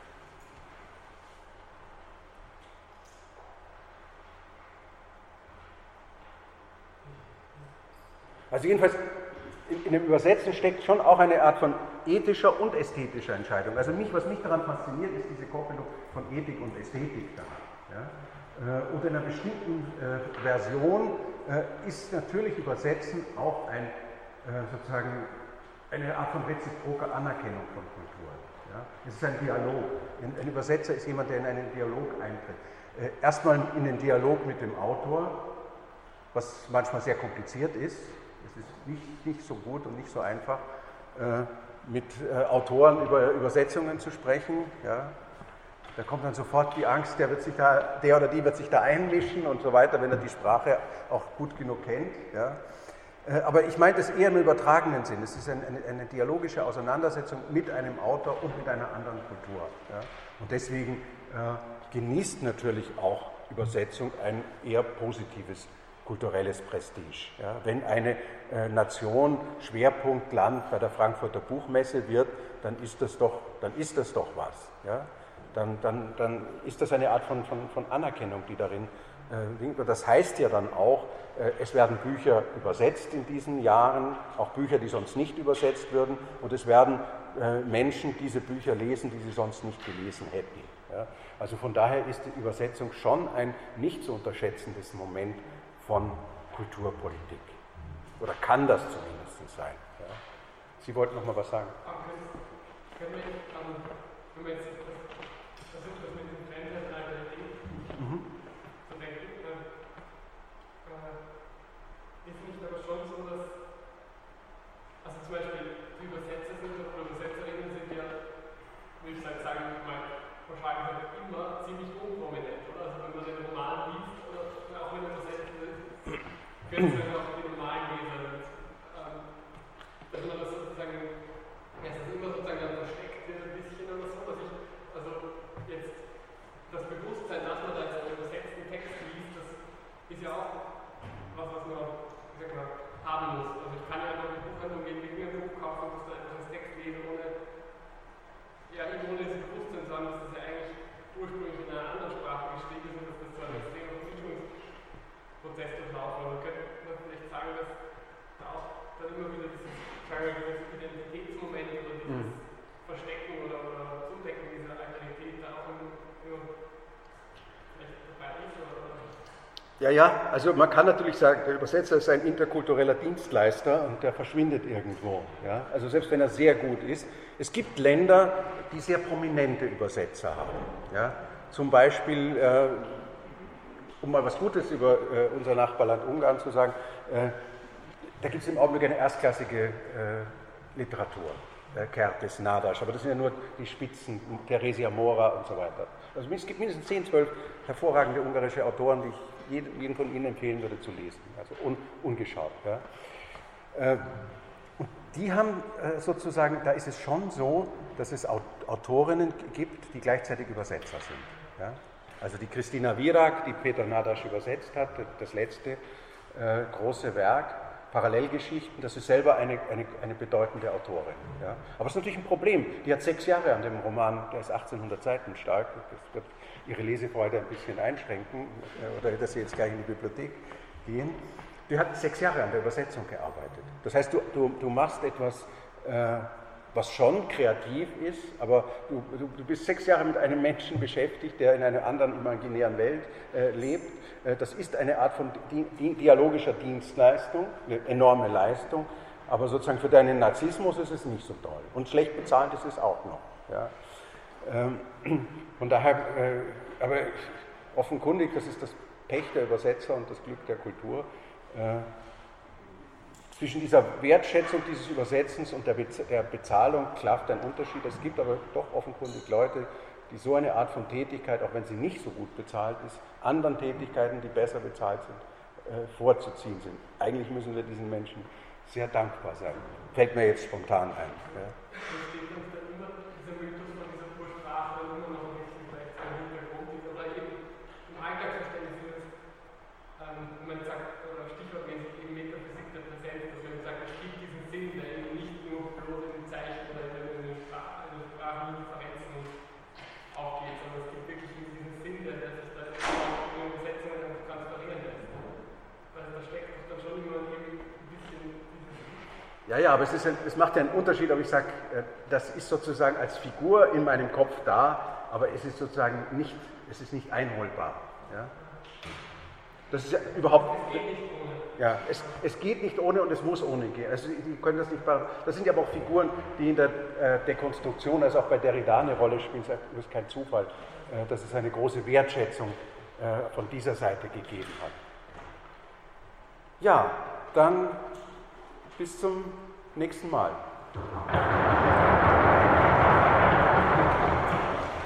Speaker 1: Also jedenfalls in dem Übersetzen steckt schon auch eine Art von ethischer und ästhetischer Entscheidung. Also was mich daran fasziniert, ist diese Koppelung von Ethik und Ästhetik da. Ja? Und in einer bestimmten Version ist natürlich Übersetzen auch sozusagen eine Art von reziproker Anerkennung von Kultur. Ja? Es ist ein Dialog. Ein Übersetzer ist jemand, der in einen Dialog eintritt. Erstmal in den Dialog mit dem Autor, was manchmal sehr kompliziert ist. Es ist nicht so gut und nicht so einfach, mit Autoren über Übersetzungen zu sprechen. Ja. Da kommt dann sofort die Angst, der oder die wird sich da einmischen und so weiter, wenn er die Sprache auch gut genug kennt. Ja. Aber ich meine das eher im übertragenen Sinn. Es ist eine dialogische Auseinandersetzung mit einem Autor und mit einer anderen Kultur. Ja. Und deswegen genießt natürlich auch Übersetzung ein eher positives kulturelles Prestige. Ja. Wenn eine Nation Schwerpunktland bei der Frankfurter Buchmesse wird, dann ist das doch was. Ja. Dann ist das eine Art von Anerkennung, die darin liegt. Und das heißt ja dann auch, es werden Bücher übersetzt in diesen Jahren, auch Bücher, die sonst nicht übersetzt würden, und es werden Menschen diese Bücher lesen, die sie sonst nicht gelesen hätten. Ja. Also von daher ist die Übersetzung schon ein nicht zu unterschätzendes Moment von Kulturpolitik. Oder kann das zumindest sein. Ja. Sie wollten noch mal was sagen.
Speaker 3: Wenn wir jetzt versuchen, das mit dem Fremdheit zu denken, ist nicht aber schon so, dass, also zum Beispiel die Übersetzer sind oder Übersetzerinnen sind ja, will ich sagen, pauschal immer ziemlich unprominent, oder? Also wenn man den Roman liest, oder auch wenn er übersetzt ist, können Sie auch den Roman haben muss. Also ich kann ja noch eine Buchhandlung gehen, mir ein Buch kaufen, muss da etwas als Text lesen, ohne dieses Bewusstsein zu haben, dass das ja eigentlich ursprünglich in einer anderen Sprache geschrieben ist und dass das so ein extremer Vermittlungsprozess durchlaufen. Also könnte man vielleicht sagen, dass da auch dann immer wieder dieses Identitätsmoment oder dieses Verstecken oder Zudecken dieser Alterität da auch immer vielleicht dabei ist?
Speaker 1: Ja, also man kann natürlich sagen, der Übersetzer ist ein interkultureller Dienstleister und der verschwindet irgendwo. Ja? Also selbst wenn er sehr gut ist. Es gibt Länder, die sehr prominente Übersetzer haben. Ja? Zum Beispiel, um mal was Gutes über unser Nachbarland Ungarn zu sagen, da gibt es im Augenblick eine erstklassige Literatur. Kertész, Nádas, aber das sind ja nur die Spitzen, Theresia Mora und so weiter. Also es gibt mindestens 10, 12 hervorragende ungarische Autoren, die ich jeden von Ihnen empfehlen würde zu lesen, also ungeschaut. Ja. Und die haben sozusagen, da ist es schon so, dass es Autorinnen gibt, die gleichzeitig Übersetzer sind. Ja. Also die Christina Virak, die Peter Nádas übersetzt hat, das letzte große Werk, Parallelgeschichten, das ist selber eine bedeutende Autorin. Ja. Aber es ist natürlich ein Problem. Die hat 6 Jahre an dem Roman, der ist 1800 Seiten stark, das wird ihre Lesefreude ein bisschen einschränken, oder dass sie jetzt gleich in die Bibliothek gehen. Die hat 6 Jahre an der Übersetzung gearbeitet. Das heißt, du machst etwas, was schon kreativ ist, aber du bist 6 Jahre mit einem Menschen beschäftigt, der in einer anderen imaginären Welt lebt. Das ist eine Art von dialogischer Dienstleistung, eine enorme Leistung, aber sozusagen für deinen Narzissmus ist es nicht so toll. Und schlecht bezahlt ist es auch noch. Ja. Von daher, aber offenkundig, das ist das Pech der Übersetzer und das Glück der Kultur, zwischen dieser Wertschätzung dieses Übersetzens und der Bezahlung klafft ein Unterschied. Es gibt aber doch offenkundig Leute, die so eine Art von Tätigkeit, auch wenn sie nicht so gut bezahlt ist, anderen Tätigkeiten, die besser bezahlt sind, vorzuziehen sind. Eigentlich müssen wir diesen Menschen sehr dankbar sein. Fällt mir jetzt spontan ein. Ja. Ja, aber es macht ja einen Unterschied, ob ich sage, das ist sozusagen als Figur in meinem Kopf da, aber es ist sozusagen nicht, es ist nicht einholbar. Ja? Das ist ja überhaupt, ja, es geht nicht ohne und es muss ohne gehen. Also die können das nicht, das sind ja aber auch Figuren, die in der Dekonstruktion, also auch bei Derrida eine Rolle spielen, das ist kein Zufall, dass es eine große Wertschätzung von dieser Seite gegeben hat. Ja, dann bis zum nächsten Mal.